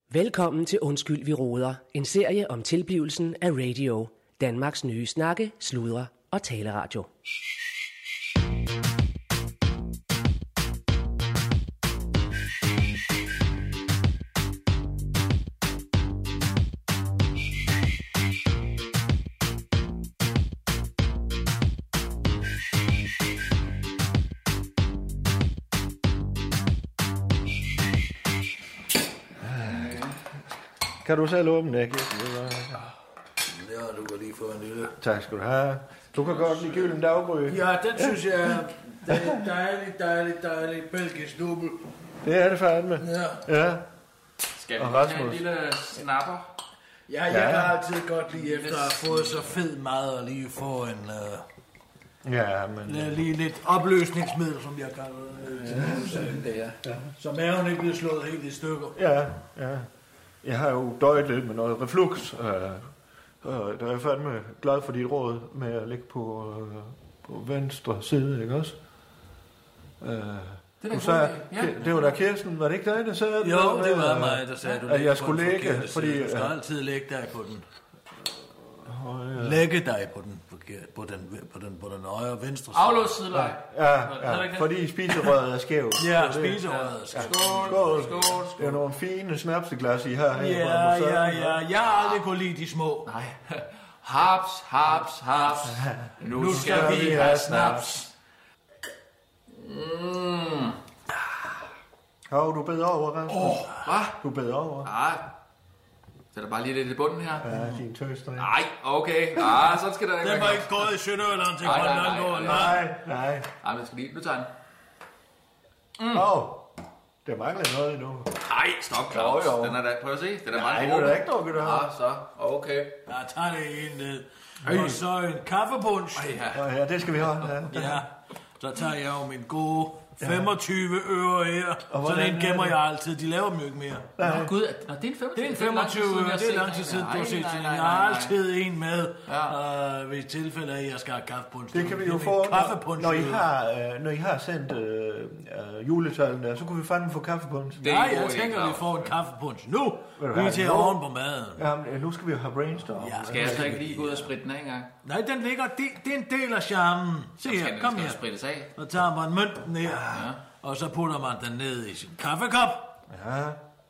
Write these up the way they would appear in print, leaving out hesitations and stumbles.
Velkommen til Undskyld, vi råder. En serie om tilblivelsen af radio. Danmarks nye snakke, sludre og taleradio. Kan du selv åbne det? Ja, du kan lige få en lille. Tak skal du have. Du kan godt lide gylden daggry. Ja, den synes jeg er dejlig belgisk nubel. Det er det fandme. Ja. Skal vi have en lille snapper? Ja, jeg kan altid godt lide efter at have fået så fed mad og lige få en... lige lidt opløsningsmiddel, som jeg kalder det. Så maven ikke bliver slået helt i stykker. Ja. Jeg har jo døjet lidt med noget reflux. Der er jeg fandme glad for dit råd med at ligge på venstre side, ikke også? Det var da Kirsten, var det ikke dig, der sagde det? Jo, det var mig, der sagde, at jeg skulle ligge, fordi... Du skal altid lægge dig på den. Lægge dig på den højre venstre side. Aflås sideleje. Ja, fordi spiserøret er skævt. Ja, spiserøret er skævt. Skål. Det er nogle fine snapseglas, I har her. Ja. Jeg har aldrig kunne lide de små. Nej. Haps. Nu skal vi have snaps. Hov, du beder over, Rasmus. Hvad? Du beder over. Nej. Så er der bare lige lidt i bunden her. Ja, din tøster. Nej, okay. Så skal der ikke den var ikke gået i Sønderjylland til Grønland. Nej. Nej, men skal lige... Nu tager den. Der mangler noget endnu. Nej, stop, Claus. Den er der. Prøv at se. Den er meget god. Nej, det er ikke drukket, du har. Så. Okay. Jeg tager det en ned. Og så en kaffepunch. Ja, det skal vi have. Ja. Så tager jeg jo min gode 25 øre her. Så den gemmer jeg altid. De laver dem jo ikke mere. Nå, gud, det er en 25. Det er en 25 øre. Det er lang tid siden, du har set. Jeg har altid en med, hvis tilfælde af, at jeg skal have kaffepunch. Det kan vi jo få, når I har sendt juletalen der, så kunne vi fandme få kaffepunch. Nej, jeg tænker, vi får en kaffepunch nu. Vi er til at ordne på maden. Ja, nu skal vi jo have brainstorm. Skal jeg så ikke lige gå ud og spritte den af engang? Nej, den ligger, det er en del af charmen. Se her, kom her. Sprittes af. Så tager man mønten her, og så putter man den ned i sin kaffekop. Ja.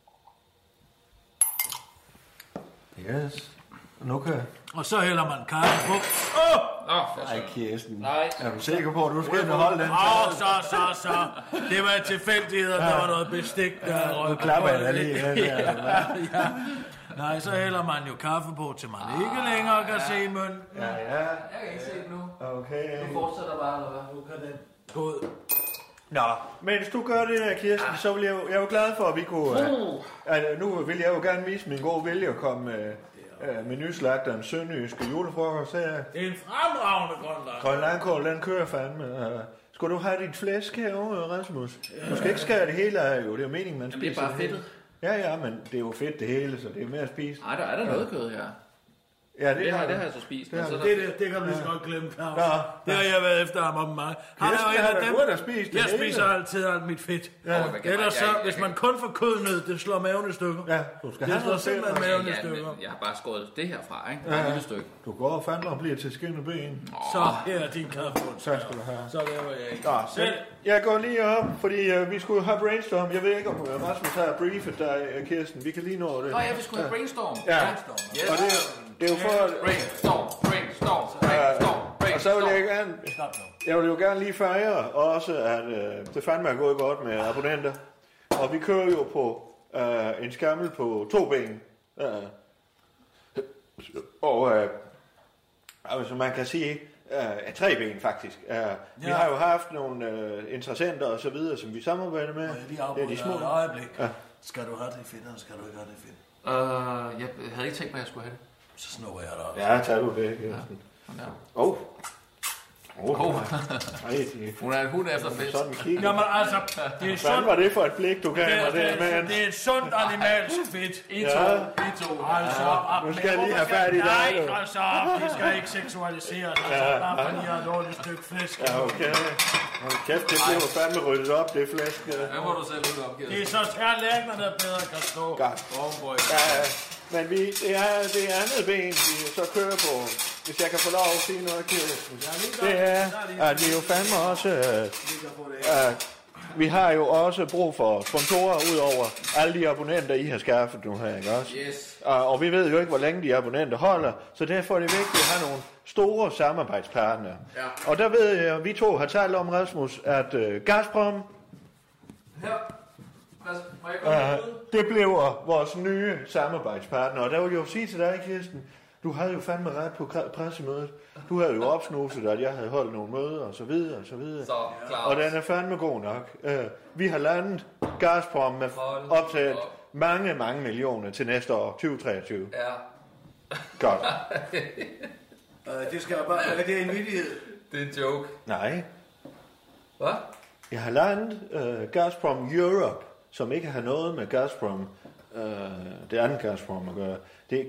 Yes. Nu kan... Og så hælder man kaffe på. Nej, Kirsten. Nej. Er du sikker på, at du skal holde den? Så. Det var en tilfældighed, at der var noget bestik, der røg. Nu klapper jeg lige. Ja. Nej, så hælder man jo kaffe på, til man ikke længere kan se mønten. Ja. Jeg kan ikke se det nu. Okay. Du fortsætter bare, eller hvad? Nu kan den gå ud. Nå, mens du gør det der, Kirsten, så vil jeg er jo glad for, at vi kunne... nu vil jeg jo gerne vise min gode vilje at komme menuslagterens sønderjyske julefrokost her. Det er en fremragende grønland. Grønlandkål, den kører fandme. Skal du have dit flæsk herovre, Rasmus? Du skal ikke skære det hele af, jo. Det er jo meningen, man spiser. Det er bare fedtet. Ja, men det er jo fedt det hele, så det er mere at spise. Nej, der er der noget kød her. Ja, det har jeg så spist. Det kan du lige så godt glemme, Claus. Det har jeg været efter ham om mig. Han er jo en af dem. Jeg spiser altid alt mit fedt. Ellers så, hvis man kun får kødnød, det slår maven i stykker. Ja, du skal det slår simpelthen maven i stykker. Jeg har bare skåret det herfra, ikke? Et lille stykke. Du går og fandme og bliver til skin og ben. Så her er din kaffebund. Så skal du have. Så laver jeg ikke. Selv. Jeg går lige op, fordi vi skulle have brainstorm. Jeg ved ikke, om Rasmus har briefet dig, Kirsten. Vi kan lige nå det. Nå ja, vi skulle have brainstorm. Ja, og det er jo for... Brainstorm. Og så vil jeg jo gerne lige fejre også, at det fandme er gået godt med abonnenter. Og vi kører jo på en skammel på 2 ben. Altså man kan sige 3 ben faktisk. Vi har jo haft nogle interessenter og så videre, som vi samarbejder med. Det er de små øjeblik. Skal du have det fedt, eller skal du ikke have det fedt? Jeg havde ikke tænkt mig, at jeg skulle have det. Så snupper jeg dig. Ja, tager du det, Kirsten. Hun er en hund efter fisk. Jamen altså, det er sundt. Hvad var det for et blik, du gav mig der, mand? Det er et sundt animalsk fedt. I to. Altså, nu skal jeg lige have fat i dig. Nej, altså, det skal ikke seksualiseres. Altså, bare fordi jeg har et dårligt stykke flæsk. Ja, okay. Kæft, det bliver fandme ryddet op, det flæsk. Hvad må du selv ud op, det er så særlægner, der bedre kan stå. Godt. Men det er andet ben, vi så kører på. Hvis jeg kan få lov at sige noget, Kirsten. Det er, at vi jo fandme også... vi har jo også brug for sponsorer ud over alle de abonnenter, I har skaffet nu her, ikke også? Yes. Og vi ved jo ikke, hvor længe de abonnenter holder, så derfor er det vigtigt at have nogle store samarbejdspartnere. Ja. Og der ved jeg, at vi to har talt om, Rasmus, at Gazprom... det bliver vores nye samarbejdspartner, og der vil jeg jo sige til dig, Kirsten, du havde jo fandme ret på pressemødet. Du havde jo opsnuset, at jeg havde holdt nogle møder, og så videre, og så videre. Og den er fandme god nok. Vi har landet Gazprom med optaget mange millioner til næste år, 2023. Ja. Godt. Det skal bare... Er det en vittighed? Det er en joke. Nej. Hvad? Jeg har landet Gazprom Europe, som ikke har noget med Gazprom, det andet Gazprom at gøre. Det er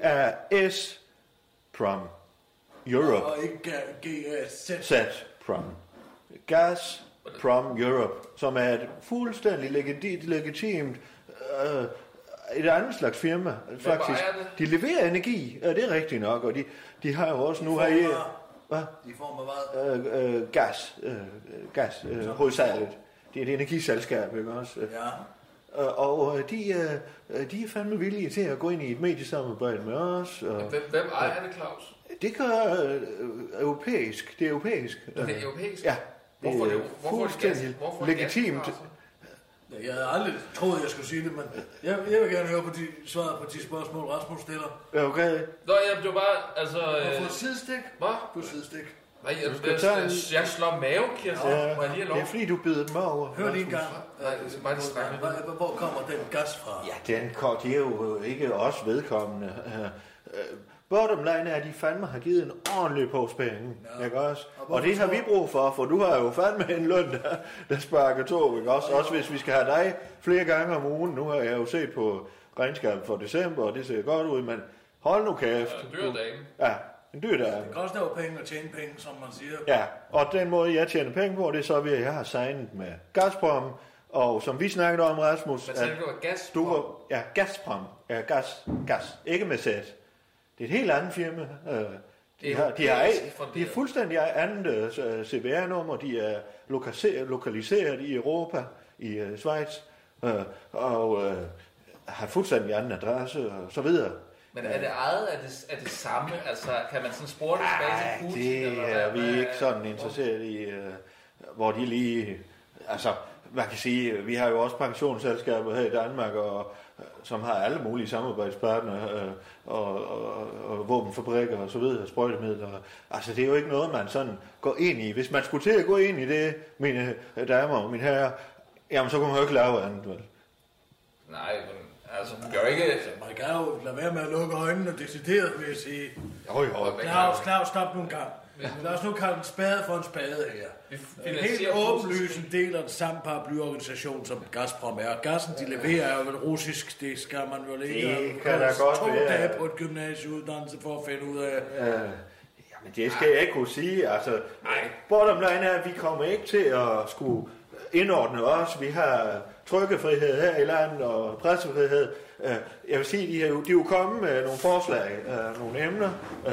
G-A-S-Prom Europe. Og ikke G-A-Z-Prom. Gazprom Europe, som er et fuldstændig legitimt et andet slags firma. Faktisk. De leverer energi, det er rigtigt nok, og de har jo også nu her i... Hvad? I form af hvad? Gas, hovedsageligt. Det er et energiselskab, ikke også? Ja. Og de er fandme villige til at gå ind i et mediesamarbejde med os. Hvem ejer det, Claus? Det gør europæisk. Det er europæisk. Det er europæisk? Ja. Hvorfor fuldstændig legitimt. Jeg havde aldrig troet, jeg skulle sige det, men jeg vil gerne høre på svaret på de spørgsmål, Rasmus stiller. Okay. Nå, det var bare, altså... Du har fået sidestik? Hvad? Du har sidestik. Nej, jeg slår mave, Kirsten. Ja, det er fordi, du bider dem over. Hør lige en gang. Hvor kommer den gas fra? Ja, de er jo ikke os vedkommende. Bottom line er, at de fandme har givet en ordentlig pose penge, ikke også? Og det har vi brug for du har jo fandme en løn, der sparker tog, ikke også? Også hvis vi skal have dig flere gange om ugen. Nu har jeg jo set på regnskabet for december, og det ser godt ud, men hold nu kæft. Ja, dyr dame. Ja, en dyr dame. Det koster jo penge at tjene penge, som man siger. Ja, og den måde, jeg tjener penge på, det er så ved, at jeg har signet med Gazprom, og som vi snakkede om, Rasmus... Hvad sagde du, Gazprom? Ja, Gazprom. Ja, gas. Ikke med sæt. Det er et helt andet firma. De er fuldstændig andet CBR-nummer. De er lokaliseret i Europa, i Schweiz, og har fuldstændig anden adresse, og så videre. Men er det ejet af det samme? Altså, kan man sådan spore det tilbage til Putin? Det er vi ikke sådan interesseret i, hvor de lige... Altså, man kan sige, vi har jo også pensionsselskaber her i Danmark, som har alle mulige samarbejdspartnere, og våbenfabrikker og så videre, sprøjtemidler. Altså, det er jo ikke noget, man sådan går ind i. Hvis man skulle til at gå ind i det, mine damer og mine herrer, jamen, så kunne man jo ikke lave andet, vel? Nej, men altså, man gør ikke... Man kan jo lade være med at lukke øjnene og decideret, vil jeg sige. Jo. Claus, stop nu en gang. Lad os nu kalde en spade for en spade her. En helt åbenlyst en del af en samme paraplyorganisation, som Gazprom er. Gassen, de leverer jo vel russisk, det skal man vel ikke. Det kan da godt 2 dage på et gymnasieuddannelse for at finde ud af. Jamen, det skal jeg ikke kunne sige. Altså, bottom line er, at vi kommer ikke til at skulle indordne os. Vi har trykkefrihed her i landet og pressefrihed. Jeg vil sige, de er jo kommet med nogle forslag, nogle emner.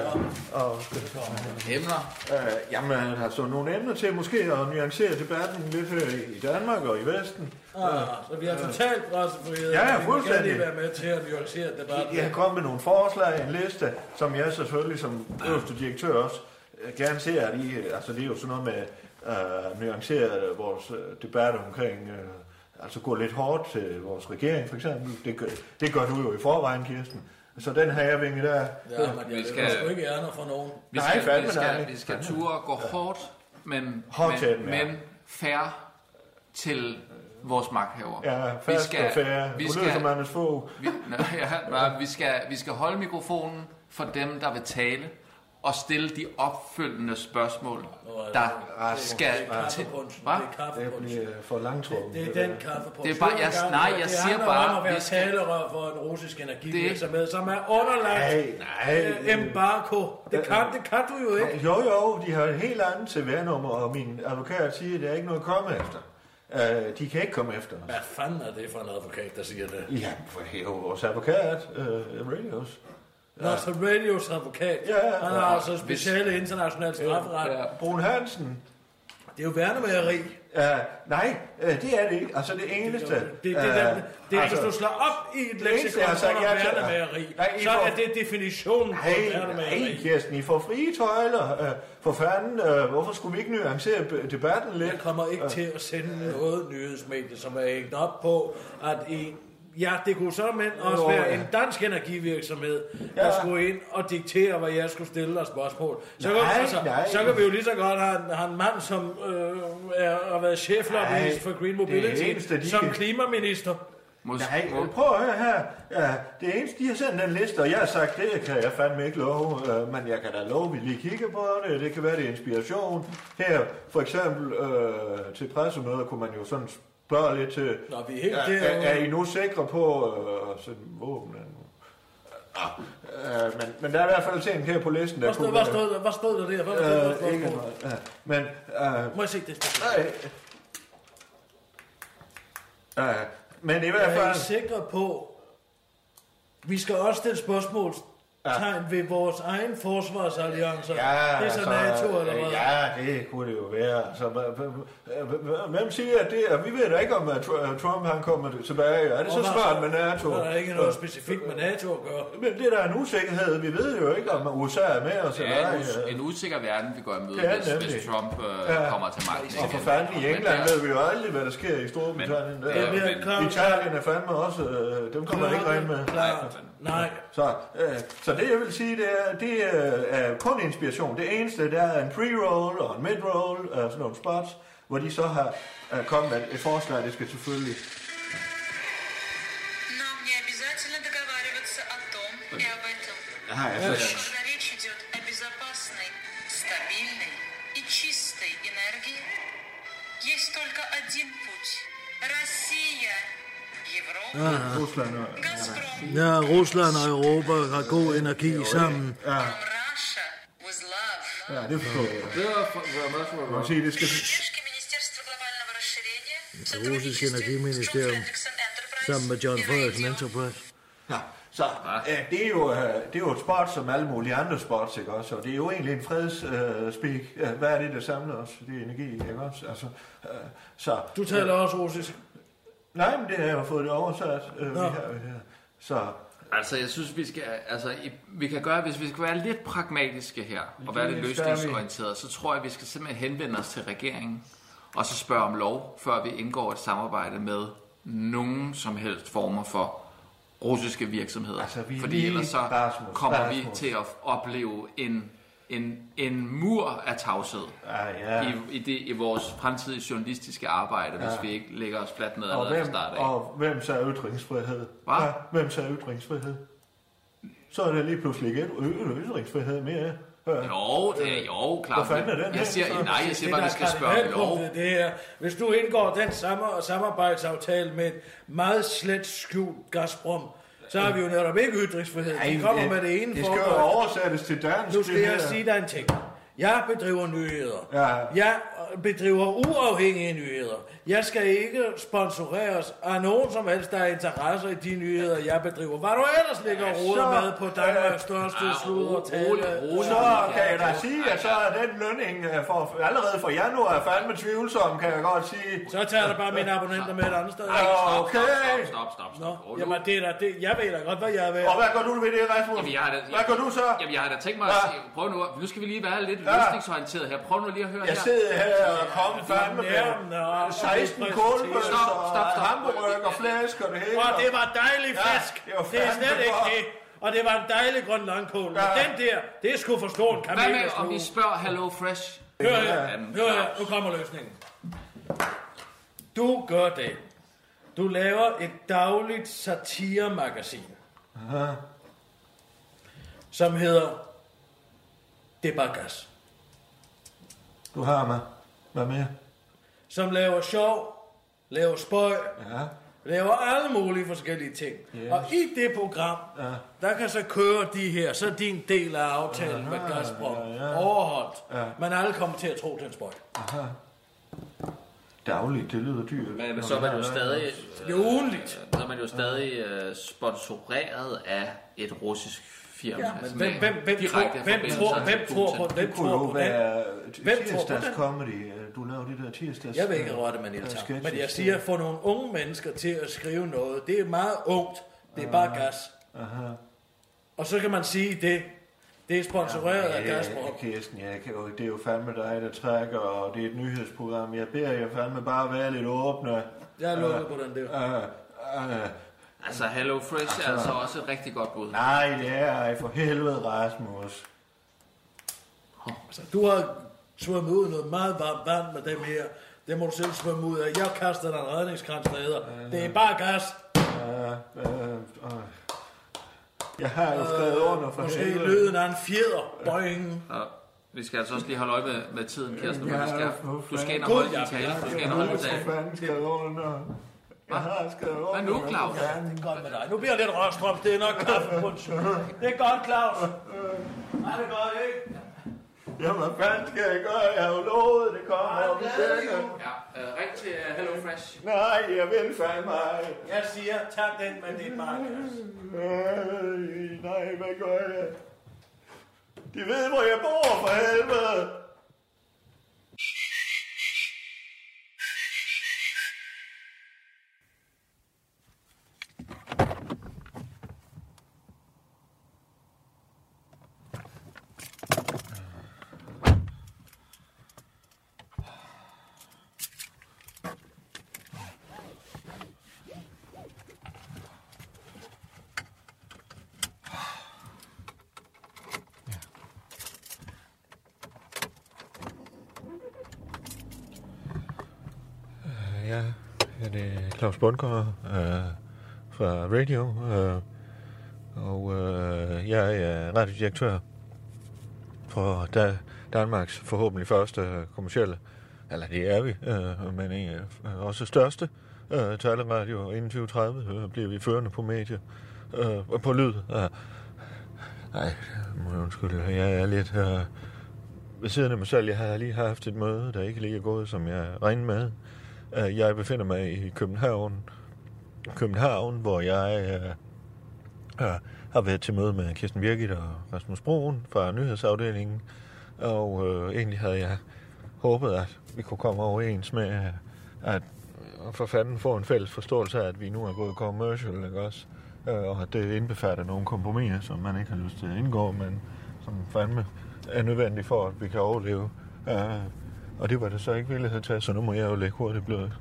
Emner? Jamen, altså nogle emner til måske at nuancere debatten lidt her i Danmark og i Vesten. Så vi har totalt pressefrihed. Ja, fuldstændig. Vi kan lige være med til at nuancere debatten. Jeg har kommet med nogle forslag, en liste, som jeg selvfølgelig som øverste direktør også gerne ser, at altså det er jo sådan noget med nuancere vores debat omkring... Altså gå lidt hårdt til vores regering, for eksempel. Det gør du jo i forvejen, Kirsten. Så den her jeg vinge der... Ja, men jeg vil sgu ikke ærner for nogen. Vi skal ture gå hårdt, men fair til vores magthaver. Ja, fast og fair. Vi skal holde mikrofonen for dem, der vil tale, at stille de opfølgende spørgsmål, der skal til. Det bliver for langtråd. Det er den kaffepunch. Det er bare, jeg siger bare, vi skal talerør for en russisk energivirksomhed, som er underlagt embargo. Det kan du jo ikke. Jo, de har et helt andet CVR-nummer, og min advokat siger, at der er ikke noget at komme efter. De kan ikke komme efter os. Hvad fanden er det for en advokat, der siger det? Ja, for det er jo vores advokat, Radios. Nå, så Radios advokat. Ja. Han har altså speciale internationale strafferet. Ja. Brun Hansen. Det er jo værnemageri. Nej, det er det ikke. Altså det eneste... Det er, hvis du slår op i et leksikon under værnemageri, så er det definitionen på værnemageri. Nej, Kirsten, I får frie tøjler. For fanden, hvorfor skulle vi ikke nuancere debatten lidt? Jeg kommer ikke til at sende noget nyhedsmedie, som er hængt op på, at det kunne så også være en dansk energivirksomhed, der skulle ind og diktere, hvad jeg skulle stille af spørgsmål. Så kan vi jo lige så godt have en mand, som har været cheflobbyist for Green Mobility, som klimaminister. Nej, prøv at høre her. Det eneste, de har sendt den liste, og jeg har sagt, det kan jeg fandme ikke love, men jeg kan da love, at vi lige kigger på det. Det kan være, det er inspiration. Her, for eksempel til pressemøder, kunne man jo sådan spørge lidt til, er I nu sikre på at sætte våben? Men der er i hvert fald ting her på listen, der kunne... Hvad stod der der? Ikke noget. Men... Må jeg se det? Men i hvert fald... Er I sikre på... Vi skal også stille spørgsmål ved vores egen forsvarsalliancer. Det er så NATO eller hvad? Ja, det kunne det jo være. Altså, hvem siger, at det er? Vi ved da ikke, om at Trump han kommer tilbage. Er det så smart med NATO? Der er ikke noget specifikt med NATO at gøre. Men det der er en usikkerhed. Vi ved jo ikke, om USA er med os. Det er en usikker verden, vi går i møde, hvis Trump kommer til magten. Og for fanden, i England ved vi jo aldrig, hvad der sker i Storbritannien. Italien er fandme også... Dem kommer jeg ikke regne med. Nej. Så det jeg vil sige, det er kun inspiration. Det eneste, der er en pre-roll og en mid-roll, sådan nogle spots, hvor de så har kommet med et forslag, det skal selvfølgelig... Нам не обязательно договариваться о том и об этом. Речь идет о безопасной, стабильной и чистой энергии. Есть только один путь. Россия, Европа, Газпром. Ja, Rusland og Europa har god energi sammen. Russia with love. Ja, det forstår jeg. Det var sige, det skal... Министерство глобального расширения. Det russiske energiministerium sammen med John Frederiksen Enterprise. Ja, så det er jo et sport som alle mulige andre sports, ikke også? Og det er jo egentlig en fredsspeak. Hvad er det, der samler os? Det er energi, ikke også? Altså, så... Du taler også russisk? Nej, men det har jeg jo fået det oversat. Så... Altså, jeg synes, vi kan gøre, hvis vi skal være lidt pragmatiske her, og være lidt løsningsorienterede, så tror jeg, vi skal simpelthen henvende os til regeringen, og så spørge om lov, før vi indgår et samarbejde med nogen som helst former for russiske virksomheder. Altså, fordi ellers så kommer vi til at opleve en mur af tavshed i vores fremtidige journalistiske arbejde, hvis vi ikke lægger os fladt ned allerede fra start af. Og hvem sagde ytringsfrihed? Hvem sagde ytringsfrihed? Så er det lige pludselig ikke ytringsfrihed mere. Jo, klart. Hvad fanden er den? Jeg siger bare, at vi skal spørge om lov. Det er, hvis du indgår den samarbejdsaftale med et meget slet skjult Gazprom, så har vi jo netop ikke ytringsfrihed. De kommer med det ene det skal jo oversættes til dansk. Nu skal jeg sige dig en ting. Jeg bedriver nyheder. Jeg bedriver uafhængige nyheder. Jeg skal ikke sponsoreres af nogen som helst, der har interesser i de nyheder, jeg bedriver. Hvad du ellers ligger og roder med på Danmarks største sludder og tale. Så kan jeg da sige, at så er den lønning allerede fra januar fandme tvivlsom, kan jeg godt sige. Så tager jeg bare mine abonnenter med et andet sted. Stop. Jamen det er da det. Jeg ved da godt, hvad jeg vil. Og hvad gør du ved det, Rasmus? Hvad gør du så? Jamen jeg har da tænkt mig at sige, prøv nu skal vi lige være lidt løsningsorienteret her. Prøv nu lige at høre her. Jeg sidder her og kommer fandme med 16 kålbøsser og hamburger og flæsk og det hele. Og det var dejlig flæsk. Det er slet ikke det. Og det var en dejlig grøn langkål. Og den der, det er sgu for stor en kamel. Hvad med, om vi spørger Hello Fresh? Hør her, nu kommer løsningen. Du gør det. Du laver et dagligt satiremagasin, som hedder det er bare gas. Du har mig. Hvad mere? Som laver sjov, laver spøj, laver alle mulige forskellige ting. Yes. Og i det program, der kan så køre de her, så er din del af aftalen med Gazprom overholdt. Ja. Men alle kommer til at tro til en spøj. Aha. Dagligt, det lyder dyrt. Men så er man jo stadig... Det er ugenligt. Så er man jo stadig sponsoreret af et russisk firma. Ja, men hvem tror på den? Tirsdags comedy. Du laver de der tirsdags... Jeg vil ikke røre det med Niels Hamm. Men jeg siger, få nogle unge mennesker til at skrive noget. Det er meget ungt. Det er bare gas. Aha. Og så kan man sige det. Det er sponsoreret af Gazprom. Kirsten, det er jo fandme dig, der trækker, og det er et nyhedsprogram. Jeg beder jer fandme bare være lidt åbne. Jeg lukker på den der. Altså, Hello Fresh er altså også et rigtig godt bud. Nej, det er for helvede, Rasmus. Altså, du har svømmet ud noget meget varmt vand med dem her. Det må du selv svømme ud af. Jeg kaster dig en redningskrans neder. Det er bare gas. Jeg har jo skrevet under for helvede. Måske lyden af en fjeder. Boing. Ja. Vi skal altså også lige holde øje med tiden, Kirsten. Du skal ind og holde din tale. Du skal ind og holde din tale. Jeg har skrevet under. Hvad nu, Claus? Ja, det er godt med dig. Nu bliver det lidt rørstrøm. Det er nok kaffe på en suge. Det er godt, Claus. Nej, det er godt, ikke? Jamen, hvad fanden skal jeg gøre? Jeg har jo lovet, det kommer om Ja, ring til Hello Fresh. Nej, jeg vil fandme ej. Jeg siger, tag den med dit markers. Nej, hvad gør jeg? De ved, hvor jeg bor, for helvede. Det er Claus Bundgaard fra Radio, og jeg er radiodirektør for Danmarks forhåbentlig første kommercielle, eller det er vi, men også største taleradio. Inden 2030 bliver vi førende på medier, på lyd. Nej, må jeg undskylde, jeg er lidt ved siden af mig selv. Jeg har lige haft et møde, der ikke lige er gået, som jeg regnede med. Jeg befinder mig i København, hvor jeg har været til møde med Kirsten Birgit og Rasmus Broen fra nyhedsafdelingen, og egentlig havde jeg håbet, at vi kunne komme overens med at for fanden få en fælles forståelse af, at vi nu er gået commercial, ikke også? Og at det indbefatter nogle kompromiser, som man ikke har lyst til at indgå, men som fandme er nødvendigt for, at vi kan overleve. Og det var det så ikke villighed til, så nu må jeg jo lægge hurtigt blødt.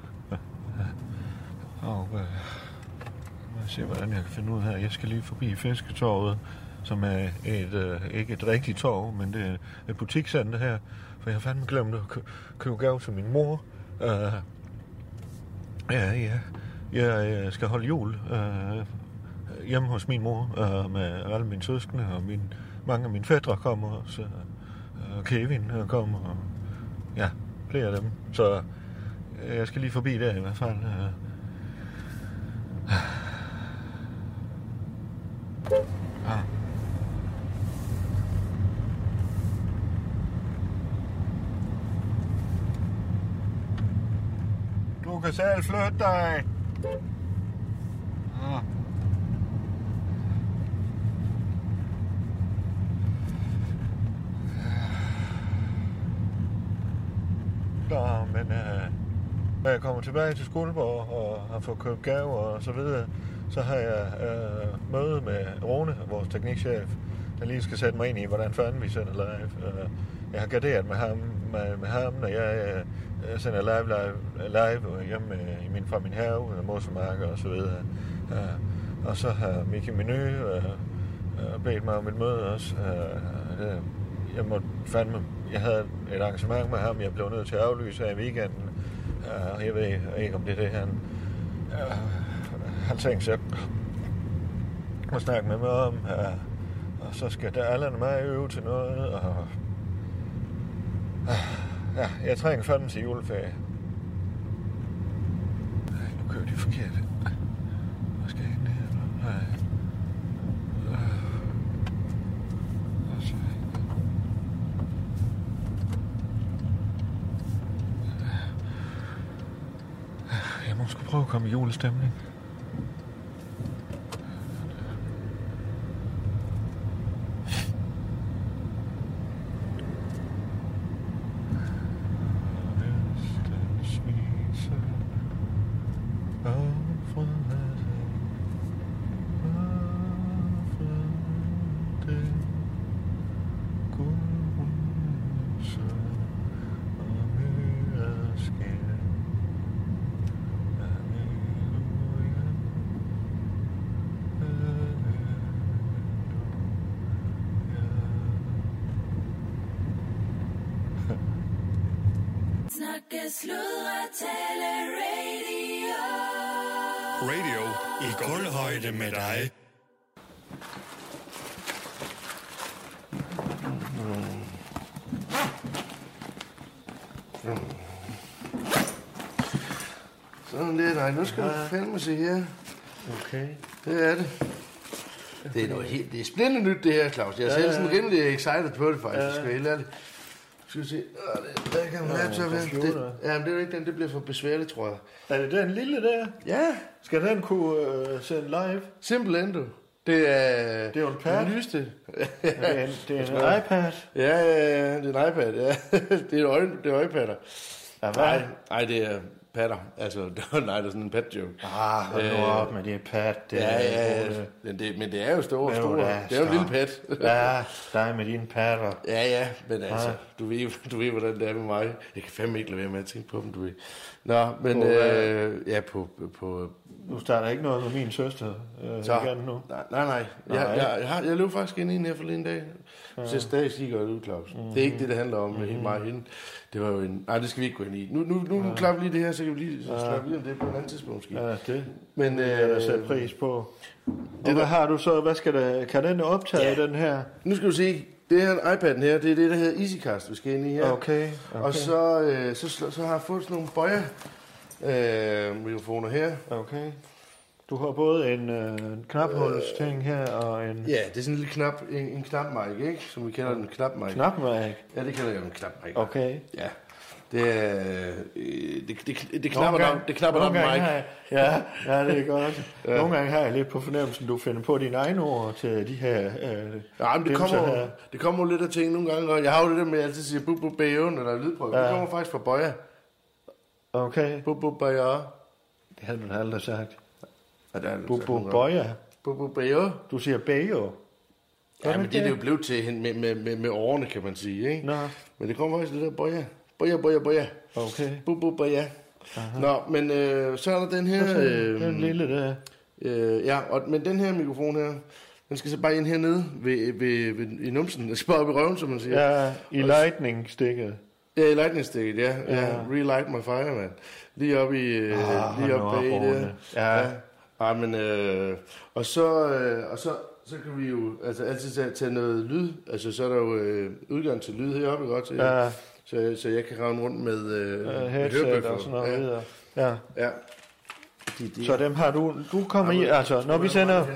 Og jeg ser, hvordan jeg kan finde ud her. Jeg skal lige forbi Fisketorvet, som er ikke et rigtigt torv, men det er et butikscenter her. For jeg har fandme glemt at købe gave til min mor. Jeg skal holde jul hjemme hos min mor med alle mine søskende, og mange af mine fætre kommer også. Kevin kommer, og ja, flere af dem. Så jeg skal lige forbi der i hvert fald. Du kan selv flytte dig. Men når jeg kommer tilbage til Skuldborg og har fået købt gaver og så videre, så har jeg møde med Rune, vores teknikchef, der lige skal sætte mig ind i, hvordan fanden vi sender live. Jeg har garderet med ham, når jeg sender live hjemme fra min have, Mossemarker og så videre. Og så har Miki Menu bedt mig om et møde også. Jeg havde et arrangement med ham, jeg blev nødt til at aflyse her i weekenden. Jeg ved ikke, om det er det, han tænkte sig at snakke med mig om. Og så skal der alle mig øve til noget, og... Ja, jeg trænger fandme til juleferie. Nej, nu kører de forkert. Hvad skal jeg ind her? Nej. Jeg må sgu prøve at komme i julestemning. Radio i gulvhøjde med dig. Sådan der, nej. Nu skal du fandme se her. Okay. Det er det. Det er noget helt... Det er spændende nyt, det her, Claus. Jeg er selv sådan rimelig excited på det, faktisk. Det skal helt ærligt. Skal vi se. Hvad kan man laptop her? Ja, men det er jo ikke den. Det bliver for besværligt, tror jeg. Er det den lille der? Ja. Skal den kunne sende live? Simpelthen, du. Det er jo en pad. Det nyeste. det er en iPad. Ja, det er en iPad, ja. det er øjepadder. Ja, hvad? Nej, det er padder. Altså, nej, det er sådan en pad-joke. Hold nu op med det pad. Men det er jo store. Det er jo en lille pad. Ja, dig med dine padder. Ja, men altså, du ved, hvordan det er med mig. Jeg kan fandme ikke lade være med at tænke på dem, du ved. Nå, men på Du starter ikke noget med min søster igen nu? Nej. Jeg løb faktisk ind i den her forleden dag. Så stadig stiger ud, Claus. Det er ikke det handler om med mig og hende. Det var jo en... Nej, det skal vi ikke gå ind i. Nu klapper vi lige det her, så kan vi lige slappe lige om det på en anden tidspunkt. Ja, det men jeg da sætte pris på. Hvad har du så? Hvad skal der... Kan den optage den her? Nu skal du se. Det her iPad'en her, det er det, der hedder EasyCast, vi skal ind i her. Okay. Og så har jeg fået sådan nogle bøjer mikrofoner her. Okay. Du har både en knaphulsting her og en... Ja, det er sådan en lille knap, en knapmic, ikke? Som vi kalder den knapmic. Knapmic? Ja, det kalder jeg en knapmic. Okay. Ja. Det knapper nok mic. Ja, det er godt. Ja. Nogle gange har jeg lidt på fornemmelsen, du finder på dine egne ord til de her... Ja, men det kommer jo lidt af ting nogle gange, og jeg har jo det der med at altid sige bub-bub-bæven, eller lydprøve. Det kommer faktisk fra bøjer. Okay. Bub-bub-bæger. Det havde du aldrig sagt. Bub-bub-bøjer. Bub-bub-bæger. Du siger bæger. Ja, men det er jo blevet til med årene, kan man sige, ikke? Nå. Men det kommer faktisk lidt af bøjer. Bøjer. Okay. Bub-bub-bøjer. Nå, men så er der den her... den lille der. Men den her mikrofon her, den skal så bare ind hernede i numsen. Den skal bare op i røven, som man siger. Ja, i lightning-stikket. Ja, i lightning-stikket, ja. Relight my fire, man. Lige op i... lige op bag det. Ja. Men, og så kan vi jo altså altid tage noget lyd. Altså, så er der jo udgang til lyd heroppe, godt til. Ja. Så jeg kan rende rundt med headset og sådan noget. Ja. Så dem har du kommer i, altså når vi sender...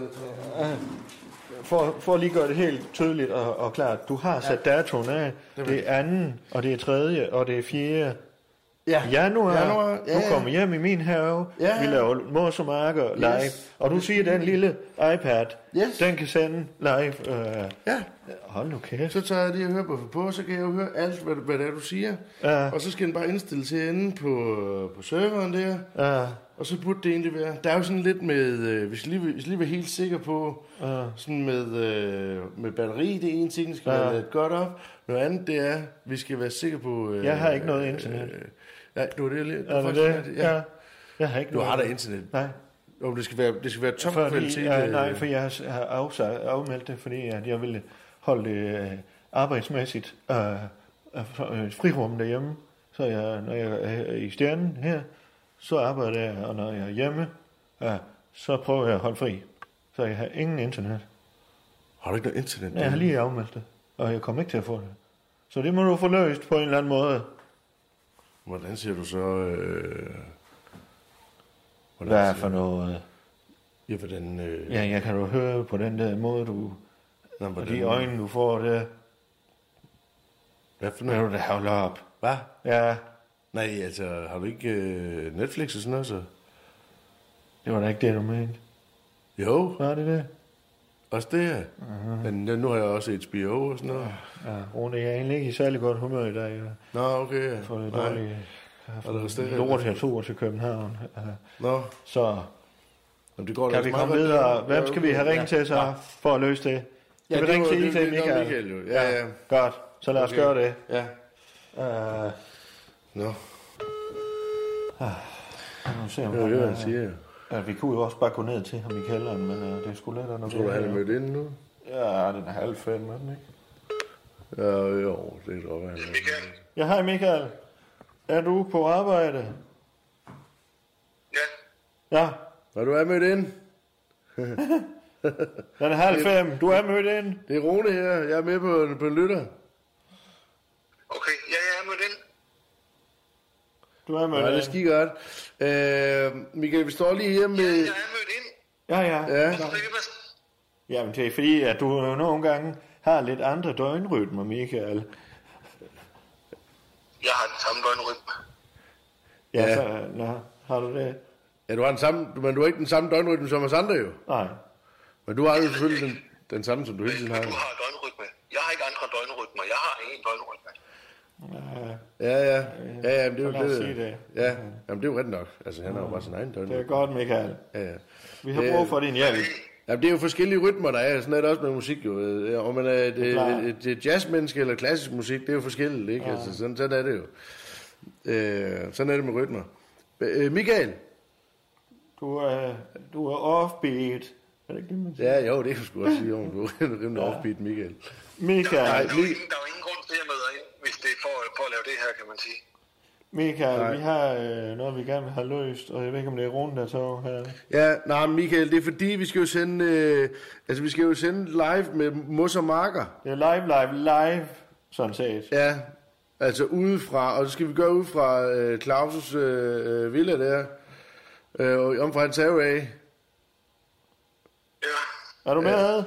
For at lige gøre det helt tydeligt og klart, du har sat datoen af. Det er 2. og det er 3. og det er 4. Januar. Du kommer hjem i min have. Vi laver mors og marker live. Og du siger, den lille iPad, den kan sende live. Hold nu kæft. Så tager jeg lige og hører på, så kan jeg jo høre alt, hvad det er, du siger. Og så skal den bare indstille til enden på serveren der. Og så burde det egentlig være... Der er jo sådan lidt med... Vi skal lige være helt sikre på... Sådan med batteri, det er en ting, der skal være lidt godt op. Noget andet, det er... Vi skal være sikre på... jeg har ikke noget internet. Nej, du har det lidt... Ja. Jeg har ikke noget. Du har da internet? Nej. Jo, det skal være topkvalitet. Nej, for jeg har afmeldt det, fordi jeg ville holde det arbejdsmæssigt frirum derhjemme. Så når jeg er i Stjernen her, så arbejder jeg, og når jeg er hjemme, så prøver jeg at holde fri. Så jeg har ingen internet. Har du ikke noget internet? Ja, jeg har lige afmeldt det, og jeg kommer ikke til at få det. Så det må du få løst på en eller anden måde. Hvordan siger du så... Hvad for noget... Ja, hvordan... Ja, jeg kan jo høre på den der måde, du... Og de øjne, du får der. Hvad for noget? Er du da holder op? Hvad? Ja. Nej, altså, har du ikke Netflix og sådan noget, så? Det var da ikke det, du mente. Jo. Var det det? Også det, ja. Men nu har jeg også HBO og sådan noget. Ja, Rune, jeg er egentlig ikke i særlig godt humør i dag. Nå, okay, ja. For det dårlige... Jeg har fået lort her tur til København. Nå. Så... Jamen, det går kan vi komme videre? Hvem skal vi have ringet til så for at løse det? Ja, vi ringe til Michael jo. Ja. Godt, så lad os gøre det. Ja. Nå. Nu ser vi, hvad han siger. Ja, vi kunne jo også bare gå ned til ham i kælderen, men det er sgu lettere, når tror du, han er mødt ind nu? Ja, den er 4:30, er den ikke? Ja, jo, det er godt, han er. Ja, hej Michael. Er du på arbejde? Ja. Ja. Og du er mødt ind? Den er 4:30. Du er mødt ind? Det er Rune her. Jeg er med på lytter. Okay, ja, jeg er mødt ind. Du er mødt ind. Ja, det sker godt. Michael, vi står lige her med... Ja, jeg er mødt ind. Ja. Jamen, det er fordi, at du nogle gange har lidt andre døgnrytmer, Michael. Jeg har den samme døgnrytme. Ja. Så, har du det? Ja, du har den samme, men du har ikke den samme døgnrytme som os andre jo. Nej. Men du har aldrig selvfølgelig den samme, som du hele tiden har. Du har døgnrytme. Jeg har ikke andre døgnrytmer. Jeg har en døgnrytme. Ja, men det er jo det. Ja, jamen det er jo ret nok. Altså, han har jo bare sin egen døgnrytme. Det er godt, Michael. Ja. Vi har brug for din hjælp. Jamen, det er jo forskellige rytmer, der er. Sådan er det også med musik, jo. Om man er et jazzmenneske eller klassisk musik, det er jo forskelligt, ikke? Ja. Altså, sådan er det jo. Sådan er det med rytmer. Michael? Du er offbeat. Er det ikke det, man siger? Ja, jo, det kan du sgu også sige, om du er rimelig offbeat, Michael. Michael. Der er jo ingen grund til at møde ind, hvis det er for at lave det her, kan man sige. Michael, vi har noget, vi gerne vil have løst, og jeg ved ikke, om det er Rune, der tager her. Ja, nej, Michael, det er fordi, vi skal jo sende, live med Mos og Marker. Det er live, sådan set. Ja, altså udefra, og det skal vi gøre ud fra Claus' villa der, om fra hans have af. Ja. Er du med?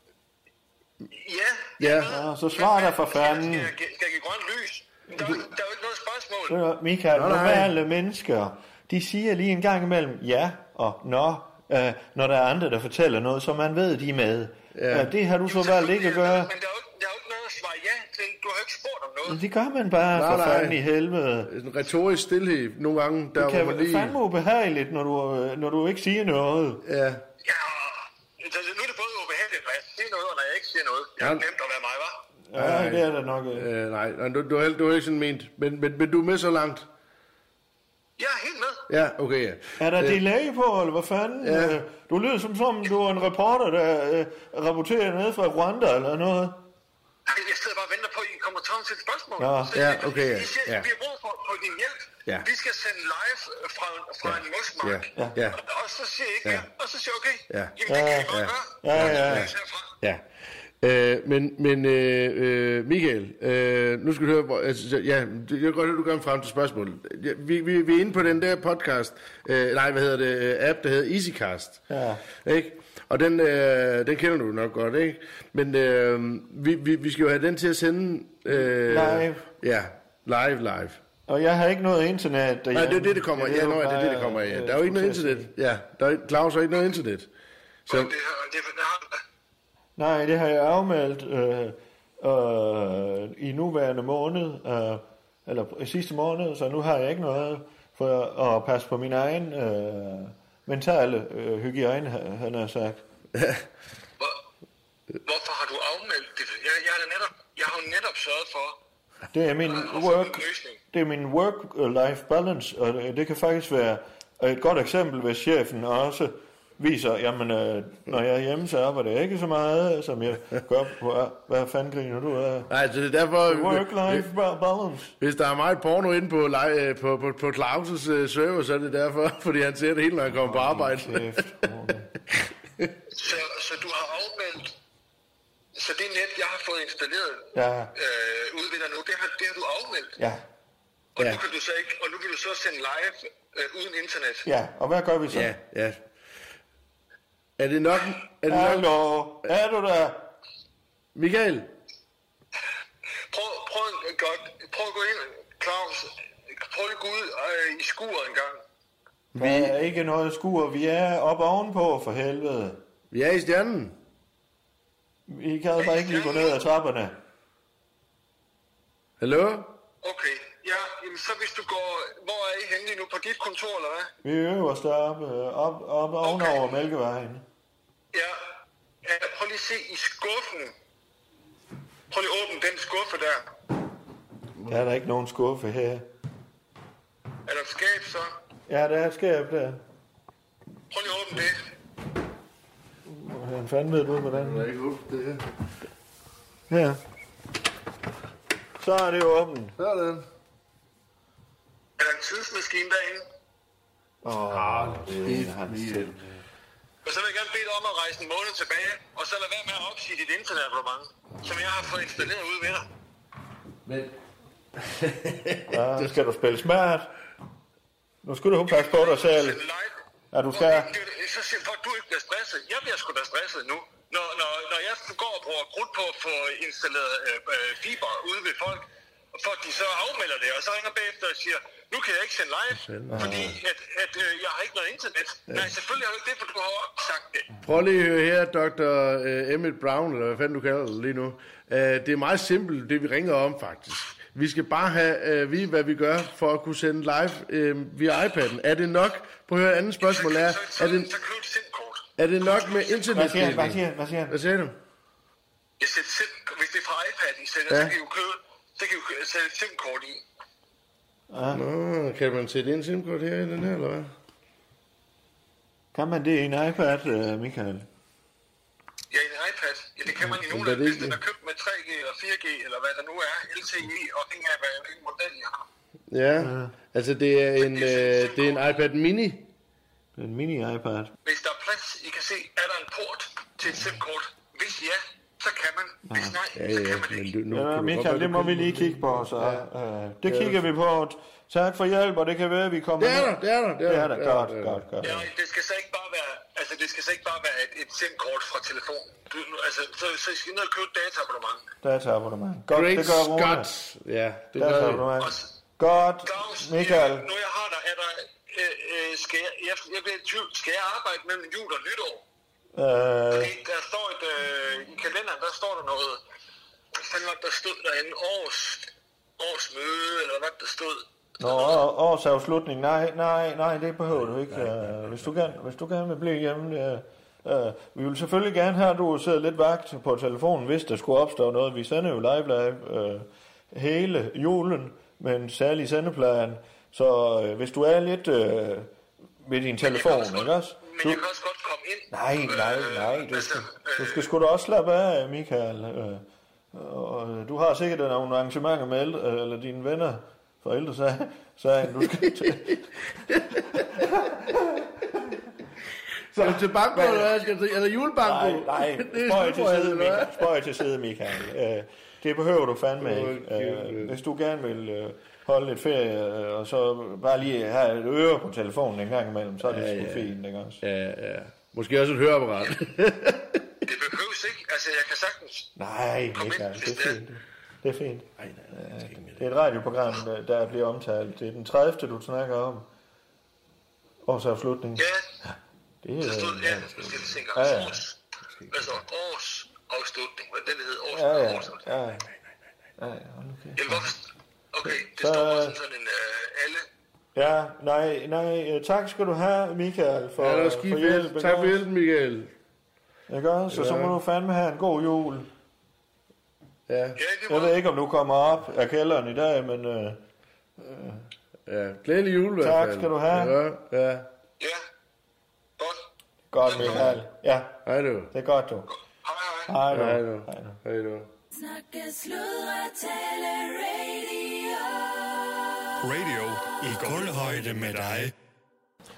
Ja. Så svar dig for fanden. Skal jeg give grønt lys? Der er jo ikke noget spørgsmål. Michael, normale mennesker, de siger lige en gang imellem ja og nå, når der er andre, der fortæller noget, så man ved, de er med. Ja. Det har du så valgt ikke at gøre. Men der er jo ikke noget at svare ja til. Du har ikke spurgt om noget. Det gør man bare for fanden i helvede. En retorisk stillhed nogle gange. Der det kan være fandme ubehageligt, når du ikke siger noget. Ja. Nu er det både ubehageligt, når jeg siger noget, og når jeg ikke siger noget. Jeg har nemt at være mig, hva'? Ja, det er der nok. Nej, du er ikke sådan ment. Men du er med så langt? Jeg er helt med. Ja, okay, ja. Er der delay på, eller hvad fanden? Ja. Du lyder som du er en reporter, der rapporterer ned fra Rwanda, eller noget. Jeg sidder bare og venter på, at I kommer til at stille spørgsmål. Ja, okay, ja. Vi har brug for din hjælp. Ja. Vi skal sende live fra en mosmark. Ja. Og så siger jeg ikke mere. Og så siger jeg, okay. Ja. Jamen, det kan I godt gøre. Ja. Men Michael, nu skal du høre, altså, ja, jeg kan godt høre, du kommer frem til spørgsmålet. Vi er inde på den der podcast, app, der hedder EasyCast. Ja. Ikke? Og den kender du nok godt, ikke? Men vi skal jo have den til at sende... live. Ja, live. Og jeg har ikke noget internet derhjemme. Nej, det er det, der kommer. Ja, det er det, der kommer. Ja. Der er jo ikke noget internet. Ja, Claus har ikke noget internet. Så... Nej, det har jeg afmeldt i nuværende måned, eller sidste måned, så nu har jeg ikke noget for at passe på min egen mentale hygiejne, han har sagt. Hvorfor har du afmeldt det? Jeg har jo netop sørget for... Det er min work-life balance, og det kan faktisk være et godt eksempel, hvis chefen også viser, jamen, når jeg er hjemme, så arbejder jeg ikke så meget, som jeg gør på, hvad fanden griner du af? Nej, så det er derfor... Work-life balance. Hvis der er meget porno inde på Claus' server, så er det derfor, fordi han ser det hele, når han kommer på arbejde. Så du har afmeldt Så det net, jeg har fået installeret ude ved dig nu, det har du afmeldt. Ja. Og nu kan du så ikke, og nu kan du så sende live uden internet. Ja, og hvad gør vi så? Ja. Er det nok? Hallo, er du der? Michael? Prøv at gå ind, Claus. Prøv at gå ud i skuret en gang. Vi er ikke noget skur, vi er oppe ovenpå, for helvede. Vi er i stjernen. Vi kan bare ikke lige gå ned ad trapperne. Hallo? Okay, ja, jamen så hvis du går, hvor er I henne nu, på dit kontor, eller hvad? Vi er øverst oppe ovenover Mælkevejen. Ja, prøv lige at se i skuffen. Prøv lige at åbne den skuffe der. Der er der ikke nogen skuffe her. Er der et skab så? Ja, der er et skab der. Prøv lige at åbne det. Hvordan fanden ved du, hvordan? Jeg har ikke åbnet det her. Ja. Så er det jo åbent. Sådan. Er der en tidsmaskine derinde? Det er han selv. Og så vil jeg gerne bede dig om at rejse en måned tilbage, og så lad være med at opsige dit internetabonnement, som jeg har fået installeret ude ved dig. Men... Ja, skal du spille smart? Nu skal du passe på dig selv. Ja, du skal... Så siger for at du ikke bliver stresset. Jeg bliver sgu da stresset nu. Når jeg går og bruger krudt på at få installeret fiber ude ved folk, for at de så afmelder det, og så ringer bagefter og siger, nu kan jeg ikke sende live, fordi at jeg har ikke noget internet. Nej, selvfølgelig har du ikke det, for du har sagt det. Prøv lige at høre her, Dr. Emmett Brown, eller hvad fanden du kalder det lige nu. Det er meget simpelt, det vi ringer om faktisk. Vi skal bare have vide, hvad vi gør for at kunne sende live via iPad'en. Er det nok? Prøv at høre, andet spørgsmål er... Er det nok med internetdelen? Hvad siger han? Hvad siger du? Jeg sætter SIM, hvis det er fra iPad, I sender, så kan I jo sætte et SIM-kort i. Nå, kan man sætte en SIM-kort her i den her, eller hvad? Kan man det i en iPad, Michael? Ja, i en iPad. Ja, det kan man i nogle af, hvis den er købt med 3G eller 4G, eller hvad der nu er, LTE, og det er, hvilken model jeg har. Ja, altså det er en iPad mini. Det er en mini-iPad. Hvis der er plads, I kan se, er der en port til et SIM-kort? Hvis ja, så kan man. Hvis nej, så kan man ikke. Michael, det må vi lige kigge på, så. Det kigger vi på. Tak for hjælp, og det kan være, at vi kommer Det er der. Godt. Ja, det skal så ikke bare være, et SIM-kort fra telefonen. Så I skal ned og købe et dataabonnement. Godt, Great det gør Rune. Scott. Ja, det gør vi. Godt, Michael. Nu jeg har der, er der, jeg bliver i tvivl, skal jeg arbejde mellem jul og nytår? Fordi der står i kalenderen, der står der noget, hvad fanden var der stod derinde, årsmøde, eller hvad der stod. Årsafslutning, nej, det behøver du ikke. Hvis du gerne vil blive hjemme, vi vil selvfølgelig gerne have, at du sidder lidt vagt på telefonen, hvis der skulle opstå noget. Vi sender jo live hele julen med en særlig sendeplan, så hvis du er lidt ved din telefon, ikke også? Men jeg kan også godt komme ind. Nej. Du skal sgu da også slappe af, Michael. Og du har sikkert nogle arrangementer med eller dine venner, forældre sagde, du skal til. Så til banko, eller julebanko? Nej, spøj til side, Michael. Det behøver du fandme ikke. Hvis du gerne vil holde lidt ferie, og så bare lige have et øre på telefonen en gang imellem, så er det sgu fint, ikke også? Ja. Måske også et høreapparat. Det behøves ikke. Altså, jeg kan sagtens... Nej, Michael, det er fint. Det er fint. Det er et radioprogram, der bliver omtalt. Det er den 30. du snakker om. Årsafslutning. Ja. Det er... Så stod det, nu skal vi se engang. Årsafslutning. Hvad den hedder? Årsafslutning. Ja. Okay, det står sådan en alle. Ja, nej, tak skal du have, Michael, for hjælp. Tak for hjælp, Michael. Ikke også? Så må du fandme have en god jul. Ja. Jeg ved ikke, om du kommer op af kælderen i dag, men... Ja, glædelig jul i hvert fald. Tak skal du have. Ja, godt. Godt, Michael. Ja, hej du. det er godt, du. Hej. Hej du. Snakke, sludre, tale, radio. Radio i guldhøjde med dig.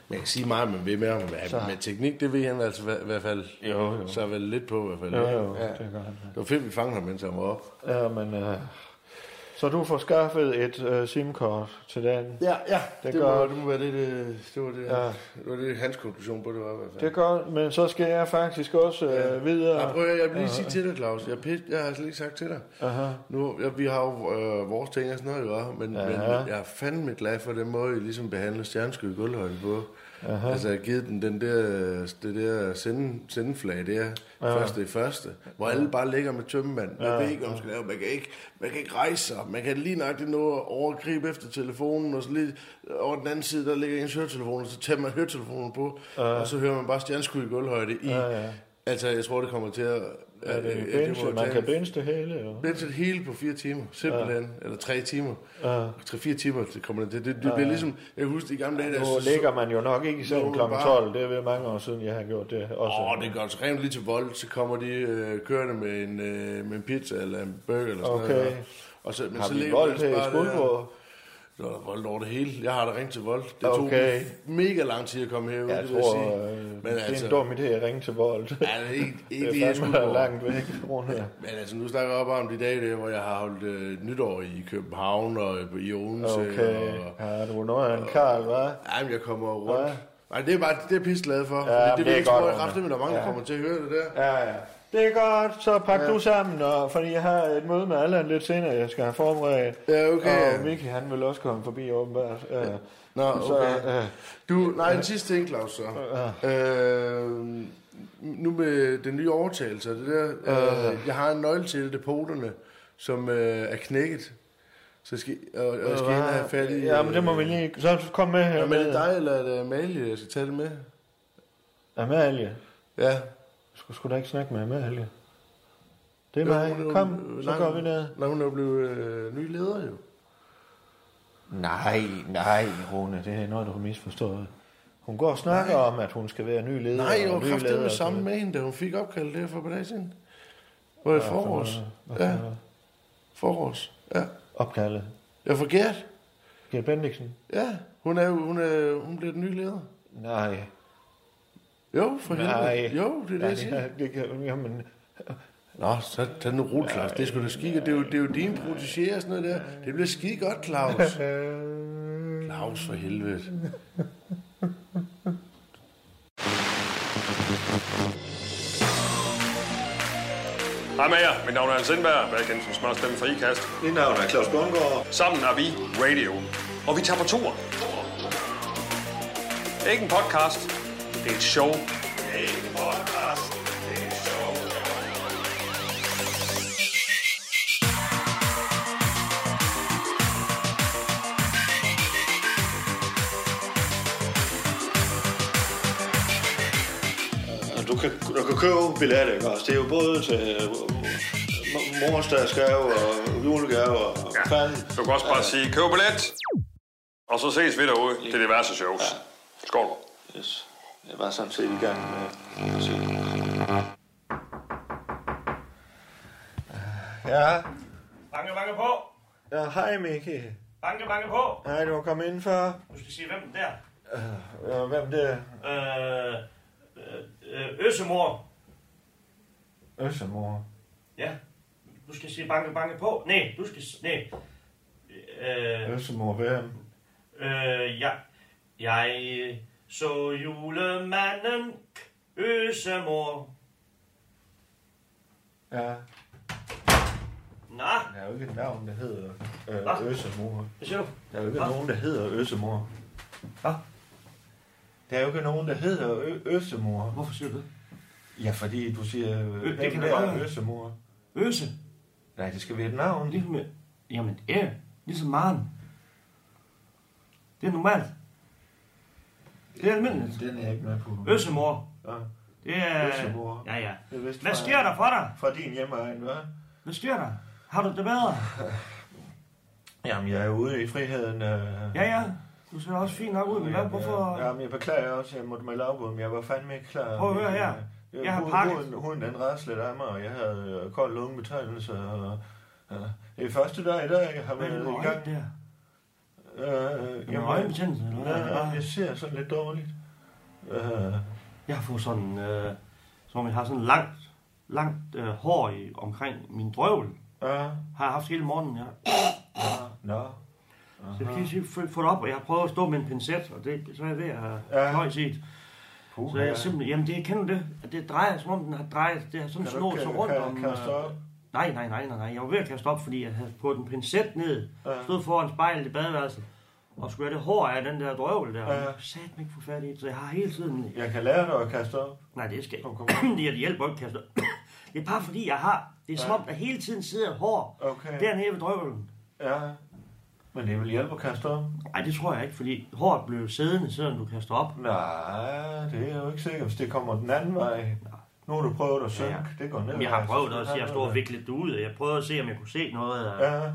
Man kan sige meget, man ved med ham. Men teknik, det ved han altså i hvert fald. Jo. Så er vel lidt på i hvert fald. Jo, det gør han. Det var fedt, vi fangede ham, mens han var op. Ja, men... Så du får skaffet et SIM-kort til den? Ja, det må være det var det hans konklusion på det var i hvert fald. Det er godt, men så skal jeg faktisk også videre. Jeg vil lige sige til dig, Claus. Jeg har slet ikke sagt til dig. Aha. Nu, vi har jo vores ting og sådan noget, men jeg er fandme glad for den måde, I ligesom behandler stjerneskud i gulvhøjde på. Aha. Altså, jeg har givet den det der sendeflag der, første, hvor alle bare ligger med tømmemand. Man ved ikke, om skal lave. Man kan ikke rejse sig. Man kan lige nok det nå at overgribe efter telefonen, og så lige over den anden side, der ligger ens høretelefon, og så tager man høretelefonen på, og så hører man bare stjerneskud i gulvhøjde i. Altså, jeg tror, det kommer til at... man kan binge det hele, jo. Binge det hele på 4 timer, simpelthen. Eller 3 timer. 3-4 timer, det kommer det. Det bliver ligesom... Jeg husker de gamle dage... Nu ligger man jo nok ikke i seng kl. 12. Det er ved mange år siden, jeg har gjort det også. Det går så rent lige til vold, så kommer de kørende med en pizza eller en burger eller sådan noget. Og så, men har så vi vold her i Skuldborg? Så er der vold over det hele. Jeg har da ringet til vold. Det tog mega lang tid at komme herud, jeg tror, det er en dum idé at ringe til vold. Ja, det er fandme langt væk. Men altså, nu snakker jeg op om de dage, der, hvor jeg har holdt nytår i København og i Odense. Ja, du er noget af en karl, hva'? Jamen, jeg kommer rundt. Nej, det er pisse glad for. Ja, det er godt, jeg ret, men der er mange, der kommer til at høre det der. Ja. Det er godt, så pak du sammen, fordi jeg har et møde med Allan lidt senere, jeg skal have forberedt. Ja, okay. Og Mickey, han vil også komme forbi, åbenbart. Nå, okay. Den sidste ting, Claus, så. Nu med den nye overtagelse, det der, jeg har en nøgle til depoterne, som er knækket. Så jeg skal have fat i... Ja, men det må vi lige... Så kom med her. Men er det dig, eller er det Amalie, jeg skal tage det med? Amalie? Ja. Skulle da ikke snakke med Amalie? Det er mig. Kom, så går vi ned. Når hun er blevet ny leder, jo. Nej, Rune, det er noget, du har misforstået. Hun går og snakker om, at hun skal være ny leder. Nej, jeg var kraftedeme sammen med hende, da hun fik opkaldt det for på dag siden. Var det forårs? Ja. Forårs, ja. Opkaldet? Jeg for Gert. Gert Bendiksen? Ja, hun blev den nye leder. Nej. Jo, for helvede. Jo, det er det, jeg siger. Jamen... Nå, så tag nu roligt, Claus. Det skulle da skikke. Det er jo dine protegéer og sådan noget der. Det bliver skide godt, Claus. Claus, for helvede. Hej med jer. Mit navn er Hans Sindberg. Jeg er kendt som smørstemme for IKAST. Mit navn er Claus Bundgaard. Sammen er vi Radio. Og vi tager på tur. Det er ikke en podcast. Det er et show. Det er ikke en podcast. Det er et show. Du kan købe billetter, ikke også? Det er jo både til morsdagsgave og julegave og fanden. Du kan også bare sige, køb billet, og så ses vi derude til diverse shows. Ja. Skål. Yes. Jeg var sådan set i gang med at se. Ja. Banke på. Ja, hej Mickey. Banke på. Hej, du har kommet indenfor. Du skal sige, hvem der? Hvem det er? Øssemor. Øssemor? Ja. Du skal sige banke på. Nej, du skal... Nej. Øssemor, hvem? Ja. Jeg så julemanden Øssemor. Ja. Nå. Der er jo ikke et navn, der hedder Øssemor. Hvad siger du? Der er jo ikke nogen, der hedder Øssemor. Hvad? Der er jo ikke nogen, der hedder Øssemor. Hvorfor siger du det? Ja, fordi du siger... det kan være Øssemor. Øse? Nej, det skal være et navn. Jamen, ligesom Maren. Det er normalt. Det er almindeligt. Den er jeg ikke med på. Øssemor. Ja. Det er... Øssemor. Ja. Hvad sker der for dig? Fra din hjemmeegn, hvad? Hvad sker der? Har du det bedre? Jamen, jeg er ude i friheden. Ja. Du ser også fint nok ud, men hvorfor... Jamen, jeg beklager også, jeg måtte melde afbud, men jeg var fandme ikke klar. Prøv at høre her. Jeg har pakket. Huden den rædslet af mig, og jeg havde kold lungebetændelse. Det er første dag i dag, jeg har været i gang. Øjenbetændelse? Jeg ser sådan lidt dårligt. Jeg har fået sådan, som jeg har sådan langt hår omkring min drøvel. Har jeg haft hele morgenen, ja. Nå. Så jeg kan ikke få det op, og jeg har prøvet at stå med en pincet, og så er jeg ved at have højt. Så jeg simpelthen, jamen det kender det, at det drejer, som om den har drejet, det har sådan snået sig rundt om... Nej, jeg var ved at kaste op, fordi jeg havde fået en pincet ned, stod foran spejlet i badeværelset, og skulle have det hår af den der drøvel der, og jeg satte mig ikke få fat i det, så jeg har hele tiden... Jeg kan lære dig at kaste op. Nej, det skal jeg ikke. Det hjælper ikke at kaste op. Det er bare fordi, jeg har... Det er som om, der hele tiden sidder et hår dernede ved drøvlen. Ja, men det vil hjælpe at kaste op? Nej, det tror jeg ikke, fordi håret bliver siddende, selvom du kaster op. Nej, det er jo ikke sikkert, hvis det kommer den anden vej. Nu har du prøvet at synke, det går ned. Jeg har prøvet at se, at stå og vikle det ud. Jeg prøvede at se, om jeg kunne se noget af... Ja.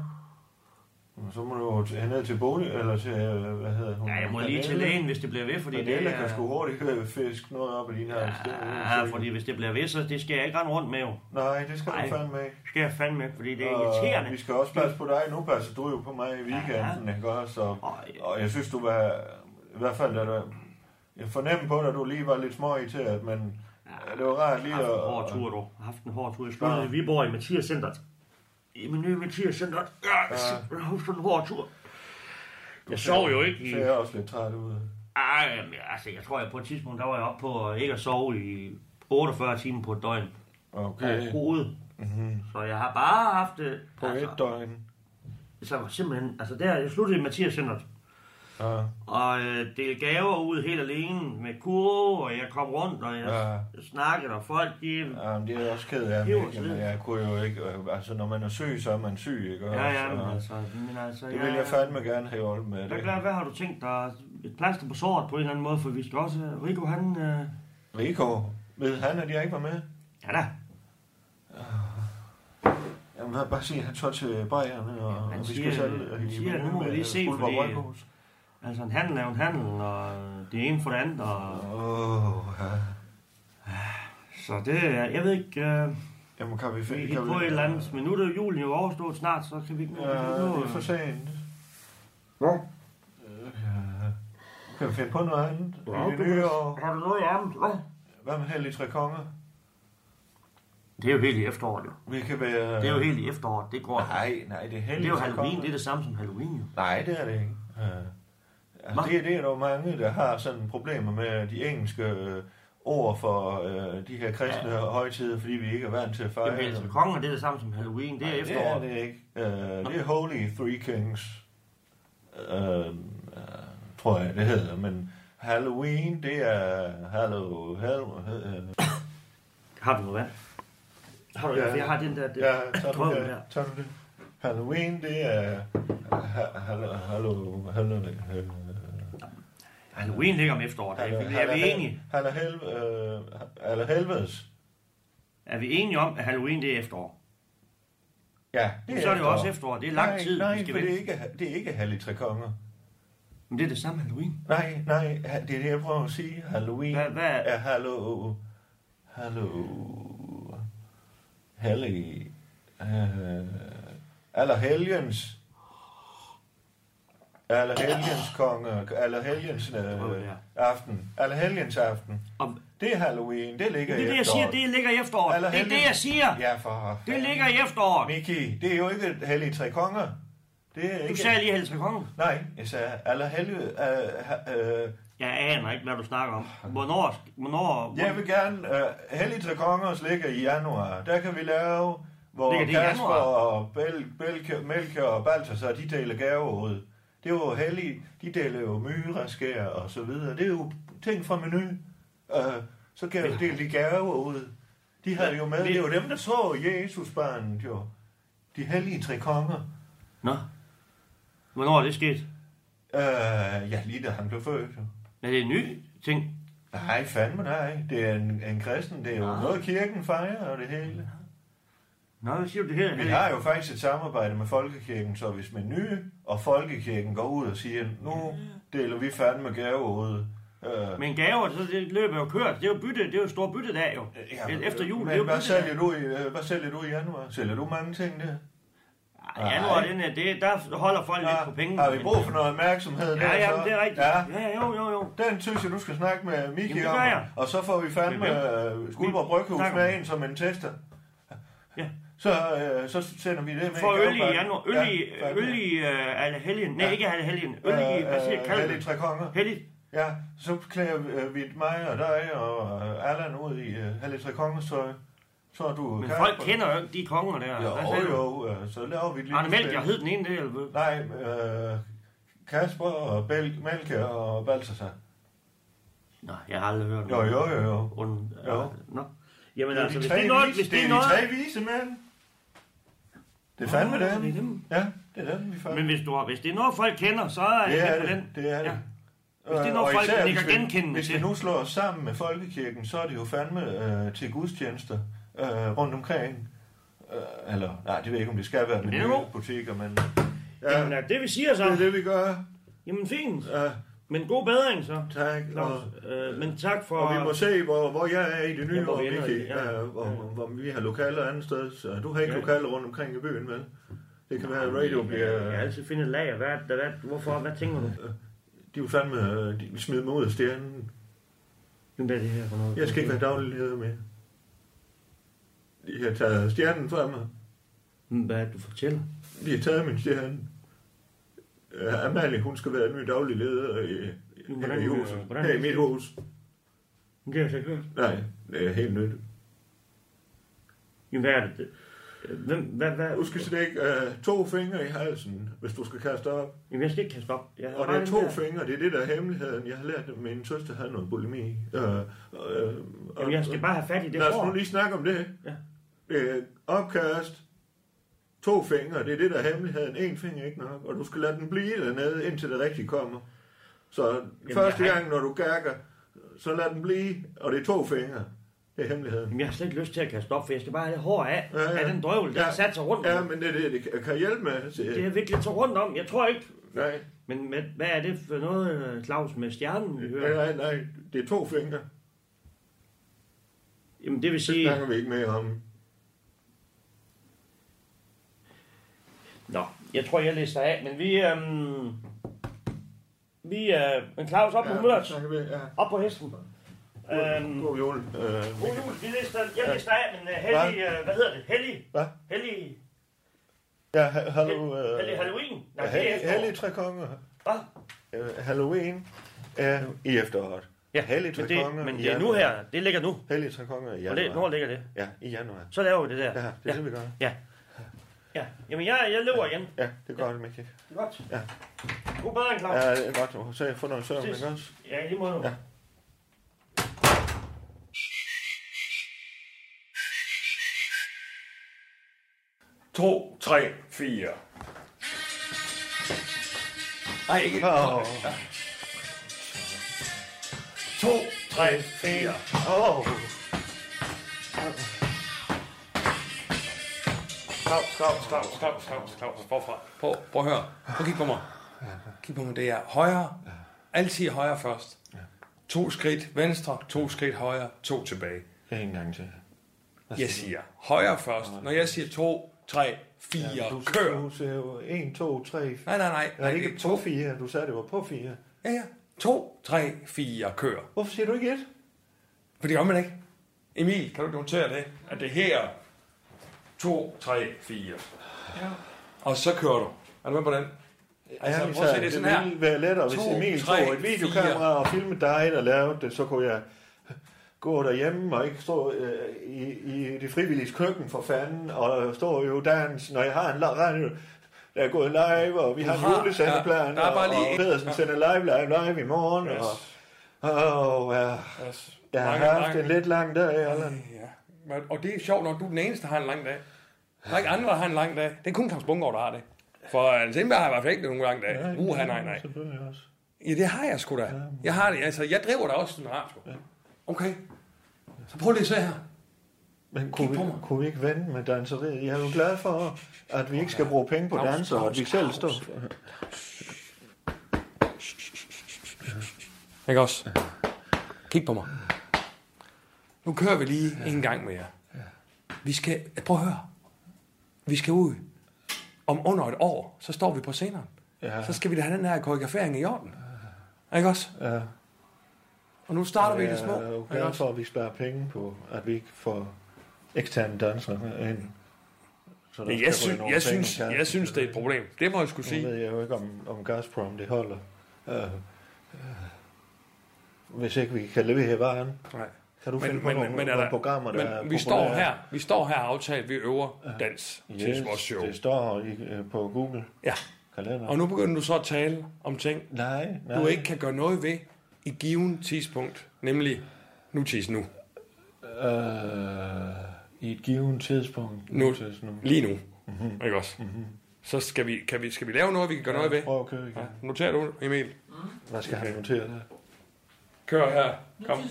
Så må du jo ned til bolig, eller til, hvad hedder hun? Ja, jeg må lige til lægen, hvis det bliver ved, fordi det er... kan sgu hurtigt fisk noget op i dine her steder. Ja, fordi hvis det bliver ved, så det skal jeg ikke rende rundt med jo. Nej, det skal du fandme ikke. Det skal jeg fandme ikke, fordi det er irriterende. Vi skal også passe på dig. Nu passer du jo på mig i weekenden, ikke også? Og jeg synes, du var... I hvert fald, da du... Jeg fornemmer på dig, at du lige var lidt småirriteret, men det var rart lige at... Jeg har haft en hård tur. Jeg sluttede i Viborg i Mathias Centeret. I min nye Mathias Centeret. Jeg har haft en hård tur. Jeg sov jo ikke i... Så er jeg også lidt træt ud. Altså, jeg tror, at på et tidspunkt, der var jeg oppe på ikke at sove i 48 timer på et døgn. Okay. På hovedet. Så jeg har bare haft det... På et døgn? Så simpelthen... Altså, der jeg sluttede i Mathias Centeret. Og delte gaver ud helt alene med kurve, og jeg kom rundt, og jeg snakkede, og folk, de... Jamen, det er også ked af mig, men jeg kunne jo ikke... Altså, når man er syg, så er man syg, ikke? Men altså... Det vil jeg fandme gerne have hjulpet med det. Hvad har du tænkt dig? Et plaster på såret på en eller anden måde, for vi skal også... Rico, han... Rico? Ved han, at jeg ikke var med? Ja da. Jamen, hvad bare sige, han tager til Bayern, og vi skal sælge... Nu må vi lige se, fordi... Altså, en handel er en handel, og det ene for det andet, og... Så det er... Jeg ved ikke... Jamen, kan vi finde... Vi kan på et eller andet... Men nu er det julen jo overstået snart, så kan vi ikke... Ja, det er for sent. Hvad? Kan vi finde på noget andet? Har du noget i ærmet? Hvad med hellige tre konger? Det er jo helt i efteråret, jo. Vi kan være... Det er jo helt i efteråret, det går... Nej, det er hellige. Det er jo Halloween, det er det samme som Halloween, jo. Nej, det er det ikke. Altså, det er der jo mange, der har sådan problemer med de engelske ord for de her kristne højtider, fordi vi ikke er vant til at fejre. Det er kongen, det er det samme som Halloween, det er efteråret. Det er det ikke. Det er Holy Three Kings, tror jeg, det hedder. Men Halloween, det er Har du noget vand? Har du jeg har den der... tager du det? Halloween, det er... Halloween ligger om efteråret. Er vi enige? Helvedes. Er vi enige om, at Halloween det er efterår? Ja, det er så er det jo også efterår. Det er lang tid, vi skal vente. Det er ikke hellige tre konger. Men det er det samme Halloween. Nej, det er det, jeg prøver at sige. Halloween er Allerhelgens aften. Allerhelgens aften. Det er Halloween. Det ligger i efteråret. Det er det, jeg siger. Det ligger i efteråret. Det er det, jeg siger. Ja, for... Det ligger i efteråret. Miki, det er jo ikke hellige tre konger. Det er ikke... Du sagde lige hellige tre konger. Nej, jeg sagde Jeg aner ikke, hvad du snakker om. Hvornår... Jeg vil gerne... hellige tre kongers ligger i januar. Der kan vi lave... Hvor Kasper og Melchior og Balthasar, de deler gaver ud. Det er jo hellige, de deler jo myreskær og så videre. Det er jo ting fra menu. Så kan jeg dele de gaver ud. De havde jo med, det er jo dem, der så Jesus-barnet jo. De hellige tre konger. Nå. Hvornår er det sket? Ja, lige da han blev født. Er det en ny ting? Nej, fandme nej. Det er en kristen, det er jo noget kirken fejrer og det hele. Nå, hvad siger du det her? Vi har jo faktisk et samarbejde med Folkekirken, så hvis Menu og Folkekirken går ud og siger, nu deler vi fandme gaver ud. Men gaver, så det løber jo kørt. Det er jo bytte, det er jo stor byttedag jo. Efter jul, men det er jo hvad sælger du i januar? Sælger du mange ting der? Januar, der holder folk lidt på penge. Har vi brug for noget opmærksomhed? Ja, jamen, det er rigtigt. Ja, jo. Den synes jeg, du skal snakke med Miki om. Og så får vi fandme Skuldborg Bryghus med ind som en tester. Ja. Så sender vi det med. For øl i januar. Øl i Allehelgen. Nej, ikke Allehelgen. Øl i, hvad siger jeg? Hellig Tre Konger. Hellig. Ja, så klæder vi mig og dig og Allan ud i Hellig Tre Kongers tøj. Så er du men folk kender jo de konger der. Jo, så laver vi et lille Arne Melk, jeg hed den ene del. Nej, Kasper og Mælke og Balthasar. Nå, jeg har aldrig hørt Jo. Nå. Jamen altså, hvis det er noget... Det er de tre vise mænd. Det er fandme dem. Ja, det er dem, vi fandme. Men hvis det er noget, folk kender, så er det på den. Det er det. Hvis det er noget, folk kan genkende til. Hvis vi nu slår os sammen med Folkekirken, så er det jo fandme til gudstjenester rundt omkring. Eller, nej, det ved jeg ikke, om det skal være med nye butikker, men... Ja, jamen, det vi siger så... Det er det, vi gør. Jamen, fint. Men god bedring, så. Tak. Men tak for... Og vi må se, hvor jeg er i det nye år, Miki. Hvor vi har lokaler andet sted. Så du har ikke lokaler rundt omkring i byen, vel? Det kan være, at radio bliver... Jeg har altid fundet lager. Hvorfor? Hvad tænker du? De vil fandme... De smider mig ud af stjernen. Hvad er det her for noget? Jeg skal ikke være daglig leder med. De har taget stjernen fra mig. Hvad er det, du fortæller? De har taget min stjerne. Amalie, hun skal være ny daglig leder i huset. Her i mit hus. Det har jeg så ikke hørt. Nej, det er helt nyt. Jamen, hvad er det? Hvad? Du skal slet ikke 2 fingre i halsen, hvis du skal kaste op. Jamen, jeg skal ikke kaste op. Og det er 2 fingre, det er det, der er hemmeligheden. Jeg har lært det, min søster havde noget bulimi. Jamen, jeg skal bare have fat i det. Lad os nu lige snakke om det. Ja. Opkast. 2 fingre, det er det, der er hemmeligheden. 1 finger ikke nok, og du skal lade den blive dernede, indtil det rigtigt kommer. Så første gang, når du gærker, så lad den blive, og det er 2 fingre. Det er hemmeligheden. Jamen, jeg har slet ikke lyst til at kaste op, for jeg skal bare have det hår af den drøvel, der sat sig rundt om. Ja, men det kan hjælpe med. Det er virkelig så rundt om, jeg tror ikke. Nej. Men hvad er det for noget, Claus, med stjernen, vi hører? Nej, det er 2 fingre. Jamen, det vil sige... Det snakker vi ikke mere om. Nå, jeg tror, jeg lister af, men men Claus, op på humøret. Op på hesten. God jul. God jul. Jeg lister af, men hellig, hvad hedder det? Hellig? Hvad? Hellig... Ja, hellig Halloween? Nej, hellig Tre Konger. Hvad? Halloween er i efteråret. Ja, hellig Tre Konger. Men det er nu her. Det ligger nu. Hellig Tre Konger i januar. Hvor ligger det? Ja, i januar. Så laver vi det der. Ja, det er det, vi gør. Ja. Ja, jamen jeg lever igen. Ja, det gør det, Miki. Det er godt. Ja. God bedring, Claus. Ja, det er godt. Så jeg får noget søvn, ikke også? Ja, lige måde. Ja. To, 3, 4. Nej, ikke. 2, 3, 4. Claus, forfra. Prøv at høre. Prøv at kigge på mig. Kig på mig, det er højre. Altid højre først. 2 skridt venstre, 2 skridt højre, 2 tilbage. Det er en gang til. Jeg siger højre først. Når jeg siger 2, 3, 4, kør. Du siger jo 1, 2, 3, 4. Nej. Det er ikke på 4. Du sagde, det var på 4. Ja. 2, 3, 4, kør. Hvorfor siger du ikke 1? For det gør man ikke. Emil, kan du notere det? At det her 2, 3, 4. Ja. Og så kører du. Er du med på den? Altså, prøv at se, det ville være lettere, hvis Emil tog et videokamera og filmede dig, der lavede det, så kunne jeg gå derhjemme og ikke stå i det frivillige køkken for fanden, og stå jo dans, når jeg har en radio, der er gået live, og vi har en julesendeplan, og Pedersen sender live i morgen, og jeg har haft en lidt lang dag, Allan. Ja. Og det er sjovt, når du er den eneste, der har en lang dag. Der er ikke andre, der har en lang dag. Det er kun Claus Bungård, der har det. For Hans Indberg har i hvert fald ikke nogen lang dag. Nej. Ja, det har jeg sgu da. Jeg har det, altså. Jeg driver da også sådan en radio. Okay. Så prøv lige at se her. Men kunne vi ikke vende med danseriet? Jeg er jo glad for, at vi ikke skal bruge penge på danser, og at vi selv står. Ikke også? Kig på mig. Nu kører vi lige en gang med jer. Vi skal, prøv at høre. Vi skal ud om under et år, så står vi på sceneren. Ja. Så skal vi da have den her koreografering i orden. Ikke også? Ja. Og nu starter vi i det små. Jeg er jo glad for, at vi sparer penge på, at vi ikke får eksterne dansere ind. Jeg synes, det er et problem. Det må jeg skulle sige. Nu ved jeg jo ikke, om Gazprom det holder. Hvis ikke vi kan levere varen. Nej. Kan du finde på nogle programmer, der er vi står her aftalt, vi øver dans til vores show. Det står på Google. Ja. Kalender. Og nu begynder du så at tale om ting, du ikke kan gøre noget ved i given tidspunkt. Nemlig, nu. I et givet tidspunkt. Lige nu. Mm-hmm. Ikke også? Mm-hmm. Så skal vi lave noget, vi kan gøre noget ved? Prøv at køre igen. Ja. Noterer du, Emil? Hvad skal han notere der? Kør her. Kom.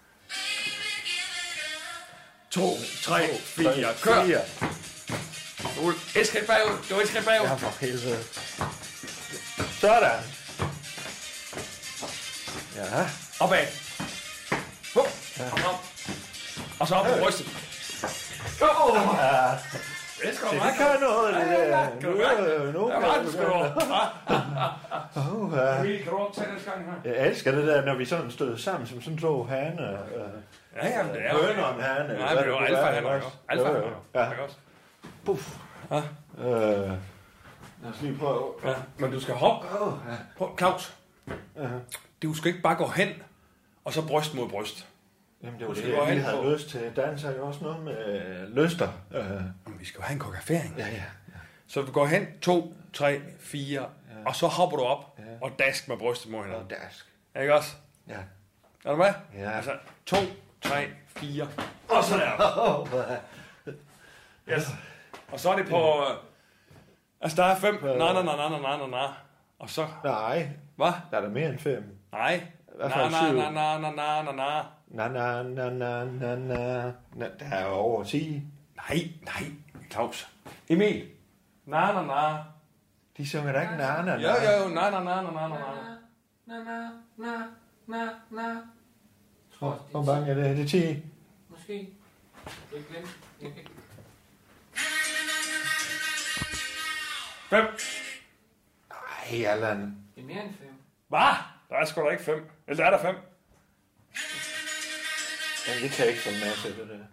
2, 3, 4, kør! Du er et skridt bagud. Ja, for helvede. Sådan. Ja. Opad. Op. Og så op på brystet. Det kan noget, det der. Nu kan du kan du optage næste gang her? Jeg elsker det der, når vi sådan stod sammen som sådan to hane. Ja, det er jo høner om hane. Nej, men det var alfa-haner. Ja. Puff. Lad os lige prøve. Ja, men du skal hoppe. Claus. Du skal ikke bare gå hen, og så bryst mod bryst. Jamen, det var det, vi havde lyst til. Dans er jo også noget med lyster. Vi skal jo have en koreografering. Ja. Så vi går hen, 2, 3, 4, og så hopper du op og dask med brystet mod hinanden. Dask. Ikke også? Ja. Er du med? Ja. Altså, 2, 3, 4, og så der. Yes. Og så er det på... Altså, der er 5. Na. Og så... Nej. Hvad? Der er der mere end 5. Nej. Na. Der er jo over 10. Nej, Claus. Emil. Na. De synger da ikke na. Jo, na. Na. Hvor mange er det? Er det 10? Måske. Det er glemt. Okay. 5. Ej, Allan. Det er mere end 5. Hvad? Der er sgu da ikke 5. Eller er der 5? Jamen, det kan jeg ikke få en masse af det der.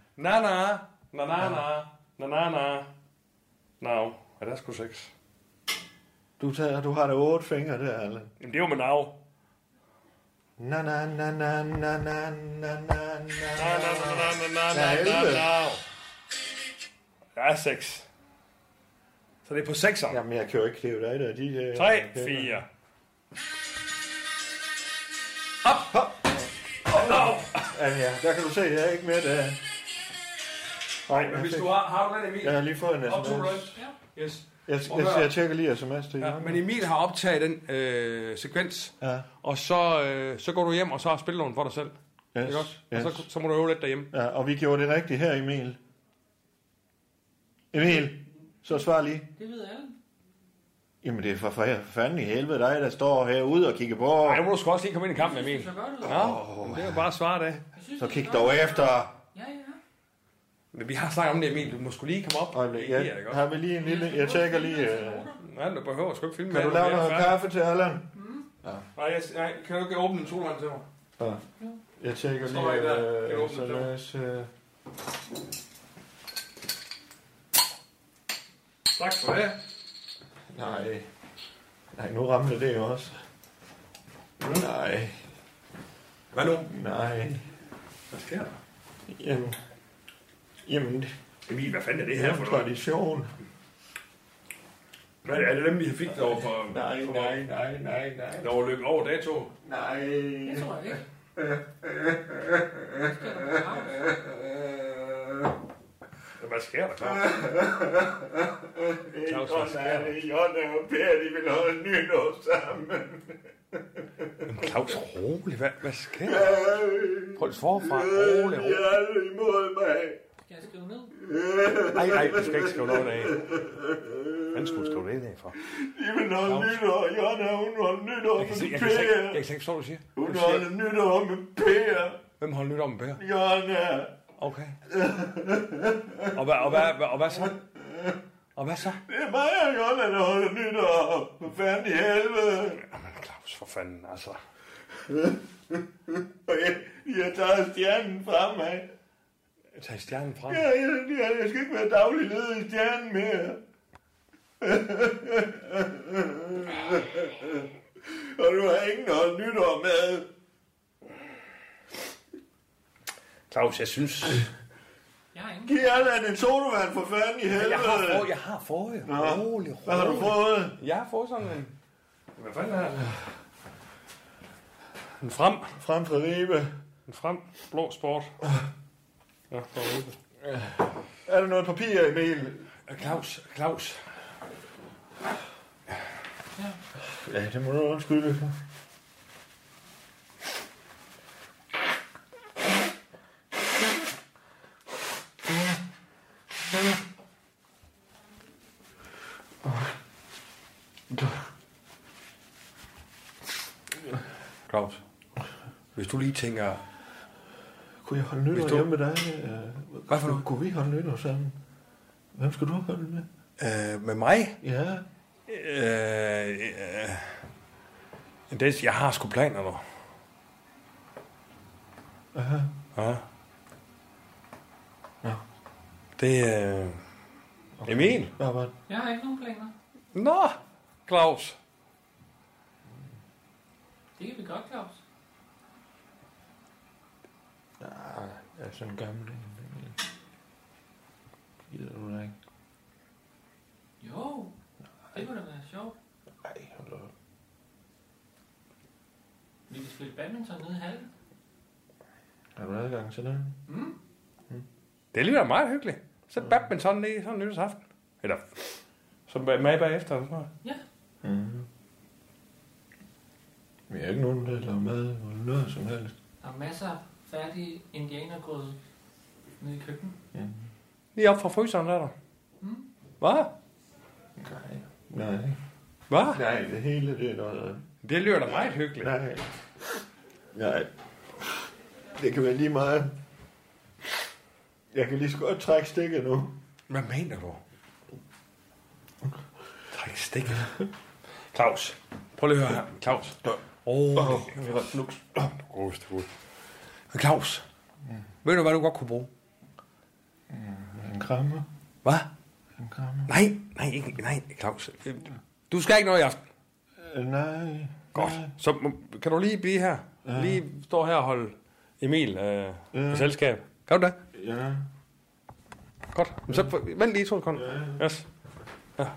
Na. Now. Ja, der er sgu 6. Du har da 8 fingre der, Allan. Jamen, det er jo med now. Na. Der er 6. Så det er på 6'eren. Jamen, jeg kan jo ikke klæve dig der. De 3, 4. Op. Ja, der kan du se, jeg er ikke med der. Nej, men hvis du har du den, Emil? Jeg har lige fået en sms. Yes. Jeg tjekker lige sms til jer. Men Emil har optaget den sekvens, og så går du hjem, og så spiller du den for dig selv. Yes. Ikke også? Og så må du øve lidt derhjemme. Ja, og vi gjorde det rigtigt her, Emil. Emil, så svar lige. Det ved alle. Jamen det er for fanden i helvede dig, der står herude og kigger på. Nej, nu må du sgu også lige komme ind i kampen, Emil. Ja, det er jo bare at svare det. Så kig dog efter. Ja. Men vi har snakket om det, Emil. Du må sgu lige komme op. Har vi lige en lille... Jeg tjekker lige... Nej, du behøver sgu ikke filme. Kan du lave noget kaffe til Allan? Ja. Nej, kan du ikke åbne en solvand til mig? Ja. Jeg tjekker lige... Tak for det. Nej, nu ramte det jo også. Nej. Hvad nu? Nej. Hvad sker der? Jamen... Emil, hvad fanden er det her for noget? Tradition. Hvad er det dem, vi fik derovre for... Nej. Der var løbet over dato? Nej. Det tror jeg ikke. Hvad sker der, Claus? Claus, hvad sker der? Jonna og Per, de vil holde nytår sammen. Claus, rolig. Hvad sker der? Prøv at forfra. Rolig. De er alle imod mig. Skal jeg skrive ned? Nej, du skal ikke skrive noget af. Hvad skulle du skrive det af for? De vil holde nytår. Jonna, hun holder nytår med Per. Jeg kan ikke forstå, hvad du siger. Hun holder nytår med Per. Hvem holder nytår med Per? Jonna. Okay. Og hvad så? Og hvad så? Det er mig, der holder nytår. For fanden i helvede. Jamen, Claus, for fanden, altså. Og de har taget stjernen fra mig. Tag stjernen fra? Ja, jeg skal ikke være daglig leder i stjernen mere. Og du har ingen holdt nytår med. Claus, jeg synes... Giv alle en sodavand for fanden i helvede. Jeg har fået. Rolig. Hvad har du fået? Jeg har fået sådan en... Hvad fanden er det? En frem. Frem fra Ribe. En frem. Blå sport. Ja, fra Ribe. Er der noget papir, Emil? Claus. Ja, det må du undskylde for. Claus, hvis du lige tænker... Kunne jeg holde nytår hjemme med dig? Hvad for noget? Kunne vi holde nytår sammen? Hvem skal du holde med? Med mig? Ja. Jeg har sgu planer nu. Aha. Ja. Ja. Det okay. Emil? Hvad? Jeg har ikke nogen planer. Nå, Claus. Det kan vi godt, Claus. Ja, jeg er sådan en gammel en. Gider du da ikke? Jo, det kunne da være sjovt. Nej, hold da op. Vi kan spille badminton nede i hallen. Har du adgang til det? Det er lige meget hyggeligt. Så badminton ned i sådan en nytårsaften. Eller så med bagefter. Eller sådan ja. Vi er ikke nogen, der laver mad eller noget som helst. Der er masser af færdige indianergrød nede i køkkenet. Lige op fra fryseren, der. Hvad? Nej. Hvad? Nej, det hele det er noget... Det lyder da meget hyggeligt. Nej. Det kan være lige meget. Jeg kan lige så godt trække stikket nu. Hvad mener du? Trække stikket? Claus, prøv lige at høre her. Claus. Fluks. Men Claus, ved du, hvad du godt kunne bruge? En krammer. Hvad? En krammer. Nej, Claus. Du skal ikke noget i aften. Nej. Godt. Så kan du lige blive her? Ja. Lige stå her og holde Emil på selskab. Kan du det? Ja. Godt. Så vent lige 2 sekunder. Ja. Yes. Ja.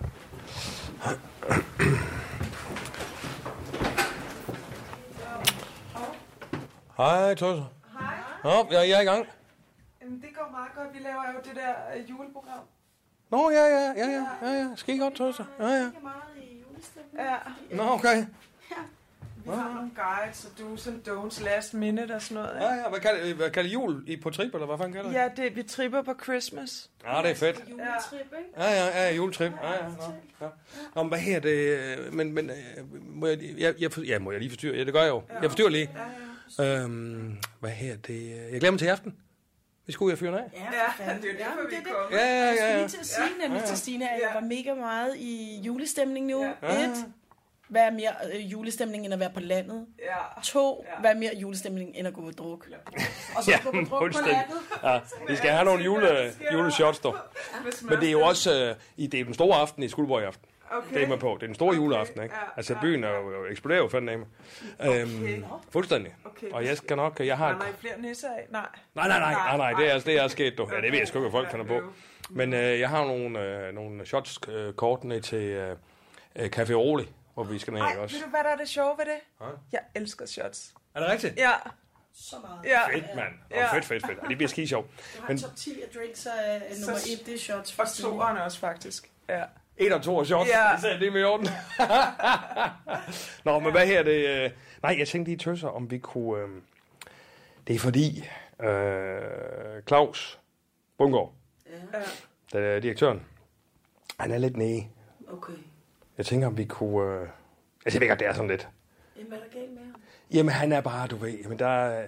Hej, Tosser. Hej. Jeg er i gang. Jamen, det går meget godt. Vi laver jo det der juleprogram. Nå, ja. Skide godt, Tosser. Ja. Ikke meget i julestemning. Ja. Nå, okay. Ja. Vi har nogle guides og do's and don'ts, last minute og sådan noget. Ja. Hvad kalder jul på trip, eller hvad fanden kalder det? Ja, vi tripper på Christmas. Ja, det er fedt. Juletrip, ikke? Ja, juletrip. Ja. Nå, men hvad her det... Men må jeg lige forstyrre? Ja, det gør jeg jo. Jeg forstyrrer lige. Ja. Hvad her det... Jeg glemmer til i aften. Vi skulle ud og fyre af. Ja, det er derfor, vi er kommet. Jeg skulle lige til at sige nemlig til Stine, at jeg var mega meget i julestemning nu. 1. Hvad er mere julestemning, end at være på landet? 2. Hvad er mere julestemning, end at gå på druk? Og så gå på druk på landet. Ja, vi skal have nogle juleshots, dog. Men det er jo også det er den store aften i Skuldborg i aften. Okay. Det er man på. Det er den store juleaften, ikke? Altså, byen er jo eksploderer jo fandme. Fuldstændig. Okay. Og jeg skal nok... Jeg har... Der er flere nisser af? Nej. Det er sket, du. Ja, det ved jeg sgu ikke, hvad folk finder på. Men jeg har nogle shots-kort ned til Café Roli, hvor vi skal ned også. Ved du, hvad der er det sjove ved det? Jeg elsker shots. Er det rigtigt? Ja. Så meget. Ja. Fedt, mand. Fedt. Og det bliver skide sjovt. Du har top 10 af drinks, og nummer 1, det er shots. Og 2'erne også, faktisk. Ja. 1 og 2 og shots. Ja. Det er med i orden. Nå, men hvad her det... Nej, jeg tænkte lige tøsser, om vi kunne... Det er fordi... Claus Bungård, der er direktøren, han er lidt nede. Okay. Jeg tænker, om vi kunne... jeg ved ikke, at det er sådan lidt. Hvad er der galt med ham? Jamen, han er bare, du ved... Jamen, der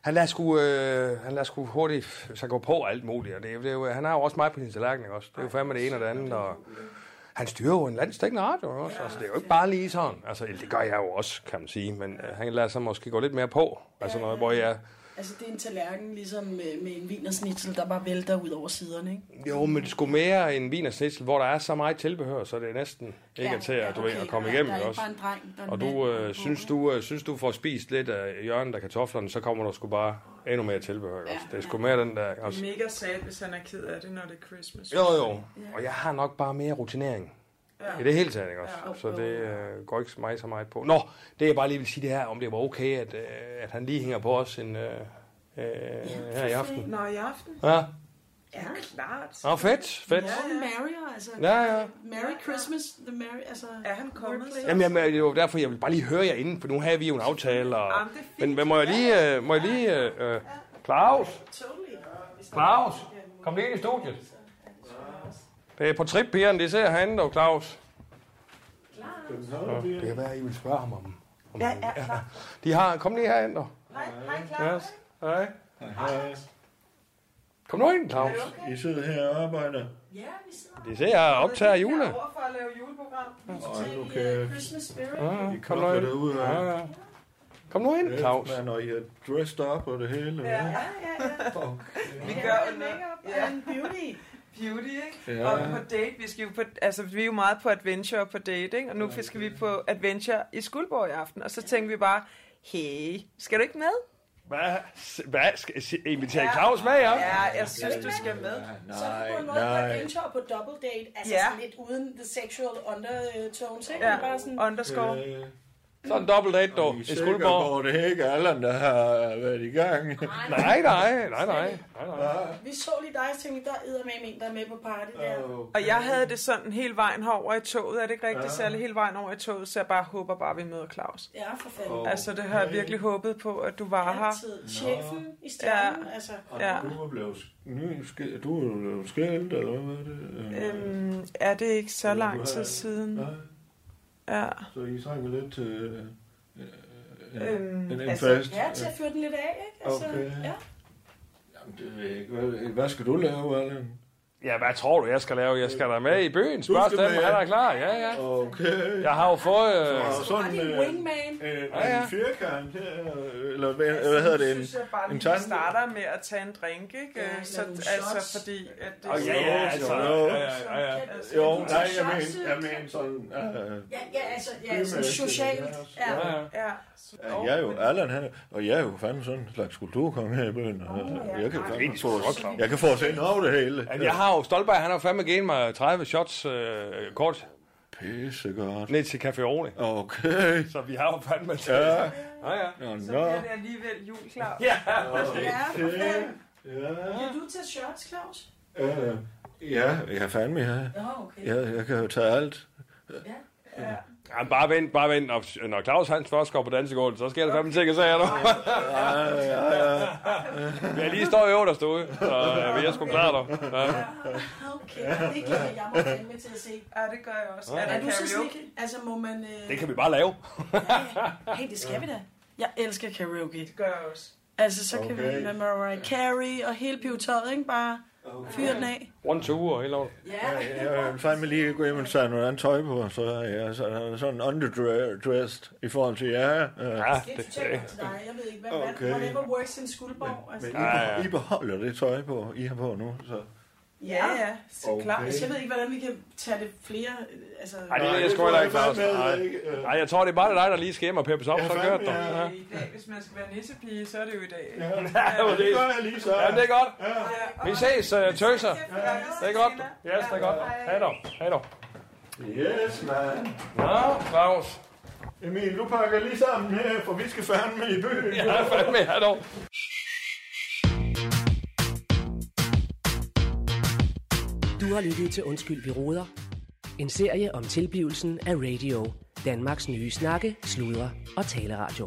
Han lader sgu hurtigt så gå på alt muligt, og det er jo, han har jo også meget på sin tallerken, også. Det er jo fandme det ene og det andet, og han styrer jo en landsdækkende radio også, altså det er jo ikke bare lige sådan, altså det gør jeg jo også, kan man sige, men han lader sig måske gå lidt mere på, altså noget, hvor jeg... Altså det er en tallerken ligesom med en wienersnitzel, der bare vælter ud over siderne, ikke? Jo, men det skulle mere en wienersnitzel, hvor der er så meget tilbehør, så det er næsten ikke til at komme igennem også. Der er ikke bare en dreng, og du synes du får spist lidt af hjørnet af kartoflerne, så kommer der sgu bare endnu mere tilbehør også. Det er sgu mere den der også. Det er mega sad, hvis han er ked af det, når det er Christmas. Jo, og jeg har nok bare mere rutinering. I det hele taget, ikke også? Så det går ikke mig så meget på. Nå, det jeg bare lige vil sige det her, om det var okay, at han lige hænger på os her i aften. Nå, i aften? Ja. Ja, klart. Nå, fedt. Ja, Mary, altså. Ja. Merry Christmas, the Mary, altså. Er han kommet? Jamen, det var derfor, jeg vil bare lige høre jer inden, for nu havde vi jo en aftale. Og, men må jeg lige... Claus, kom lige ind i studiet. Det er på trip-pigerne, det ser herinde, dog, Claus. Det kan være, at I vil spørge ham om ja. Kom lige herinde, dog. Hej, Claus. Hej. Kom nu ind, Claus. I sidder her og arbejder. Ja, vi sidder. Det ser jeg optager jule. Jeg er over for at lave juleprogram. Okay. Christmas spirit. I kommer derude af. Kom nu ind, Claus. Når I er dressed up og det hele. Ja. Vi gør en make-up and beauty, ikke? Ja. Og på date, vi er jo meget på adventure på date, ikke? Og nu skal vi på adventure i Skuldborg i aften, og så tænkte vi bare, hey, skal du ikke med? Hvad? Skal invitere Claus med, ja? Ja, jeg synes, du skal med. Så er du på en måde på adventure på double date, altså sådan lidt uden the sexual undertones, ikke? Ja, bare sådan underscore. Så en dobbelt date, dog, i Skuldborg. Hvor det ikke Allan, der har været i gang. Nej. Vi så lige dig, og tænkte, der er en, der er med på party der. Og jeg havde det sådan hele vejen herover i toget. Er det ikke rigtigt, særlig hele vejen over i toget? Så jeg bare håber, vi møder Claus. Ja, for fanden. Altså, det har jeg virkelig håbet på, at du var her. Chefen i stjernen, altså. Ja. Du er blevet skilt, eller hvad er det? Er det ikke så lang tid siden? Nej. Ja. Så I trænger lidt til en altså, fest? Ja, til at føre den lidt af, ikke? Altså, okay. Ja. Jamen, det ved jeg ikke. Hvad skal du lave, Allan? Ja, hvad tror du, jeg skal lave? Jeg skal da med i byen. Spørg dem, han er klar. Ja. Okay. Jeg har jo fået... sådan wingman. En firkant her, eller hvad hedder det? Jeg synes bare, en tand? Vi starter med at tage en drink, ikke? Ja, så, altså, fordi... At det Jo, nej, jeg mener sådan... Ja, sådan socialt. Ja. Jeg er jo Allan, og jeg er jo fandme sådan en slags kulturkonge her i byen. Jeg kan få os ind over det hele. Jeg har jo Stolberg, han har fandme givet mig 30 shots kort. Pissegodt. Ned til Café Ole. Okay. Så vi har jo fandme til. Ja. Så bliver det alligevel jul, Claus. Ja, for fanden. Kan du tage shots, Claus? Ja, jeg har fandme her. Okay. Jeg kan jo tage alt. Ja. Ja, bare vent. Når Claus Hans først går på dansegulvet, så sker der fandme ting, så jeg nu. Jeg lige står i øvrigt der stod, så vi er sgu klar der. Okay, det glæder jeg mig fandme til at se. Ja, det gør jeg også. Er du så slik? Altså, må man... Det kan vi bare lave. Hey, det skal vi da. Jeg elsker karaoke. Det gør jeg også. Altså, så kan vi med Mariah Carey og hele pivetøjet, ikke? Bare fyre den af. 1, 2 og hele året. Ja. Jeg vil fandme lige gå hjem og tage noget andet tøj på, så jeg er sådan underdressed i forhold til jer. Det er totalt til dig. Jeg ved ikke, whatever works in Skuldborg. Men I beholder det tøj på, I har på nu, så... Ja, så klart. Jeg ved ikke, hvordan vi kan tage det flere... Altså... Nej, det ved jeg sgu heller ikke, Claus. Nej, jeg tror, det er bare dig, der lige skal hjem og peppes op, så gør det. I dag, hvis man skal være nissepige, så er det jo i dag. Ja, det gør jeg lige så. Ja, det er godt. Vi ses, tøser. Det er godt. Yes, det er godt. Hej dog. Yes, man. Nå, Claus. Emil, du pakker lige sammen her, for vi skal fandme i byen. Ja, fandme, hej dog. Du har lyttet til Undskyld, vi råder. En serie om tilblivelsen af radio. Danmarks nye snakke, sludre og taleradio.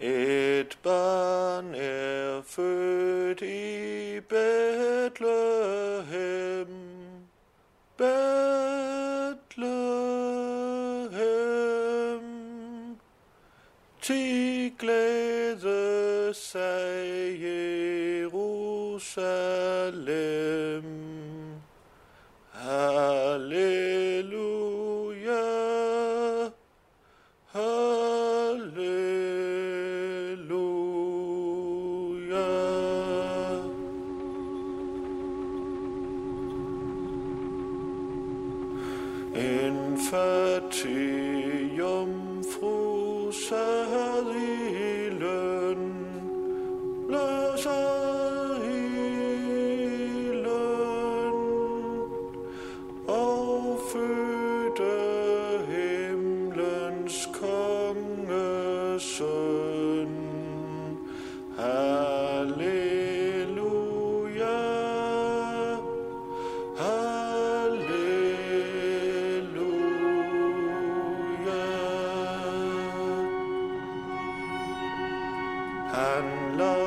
Et barn er født i Betlehem. til glæde sig Jerusalem. Halleluja, halleluja. En fattig jomfru sad i løn, lå sig i løn, og fødte himlens kongesøn. Halleluja, halleluja. Han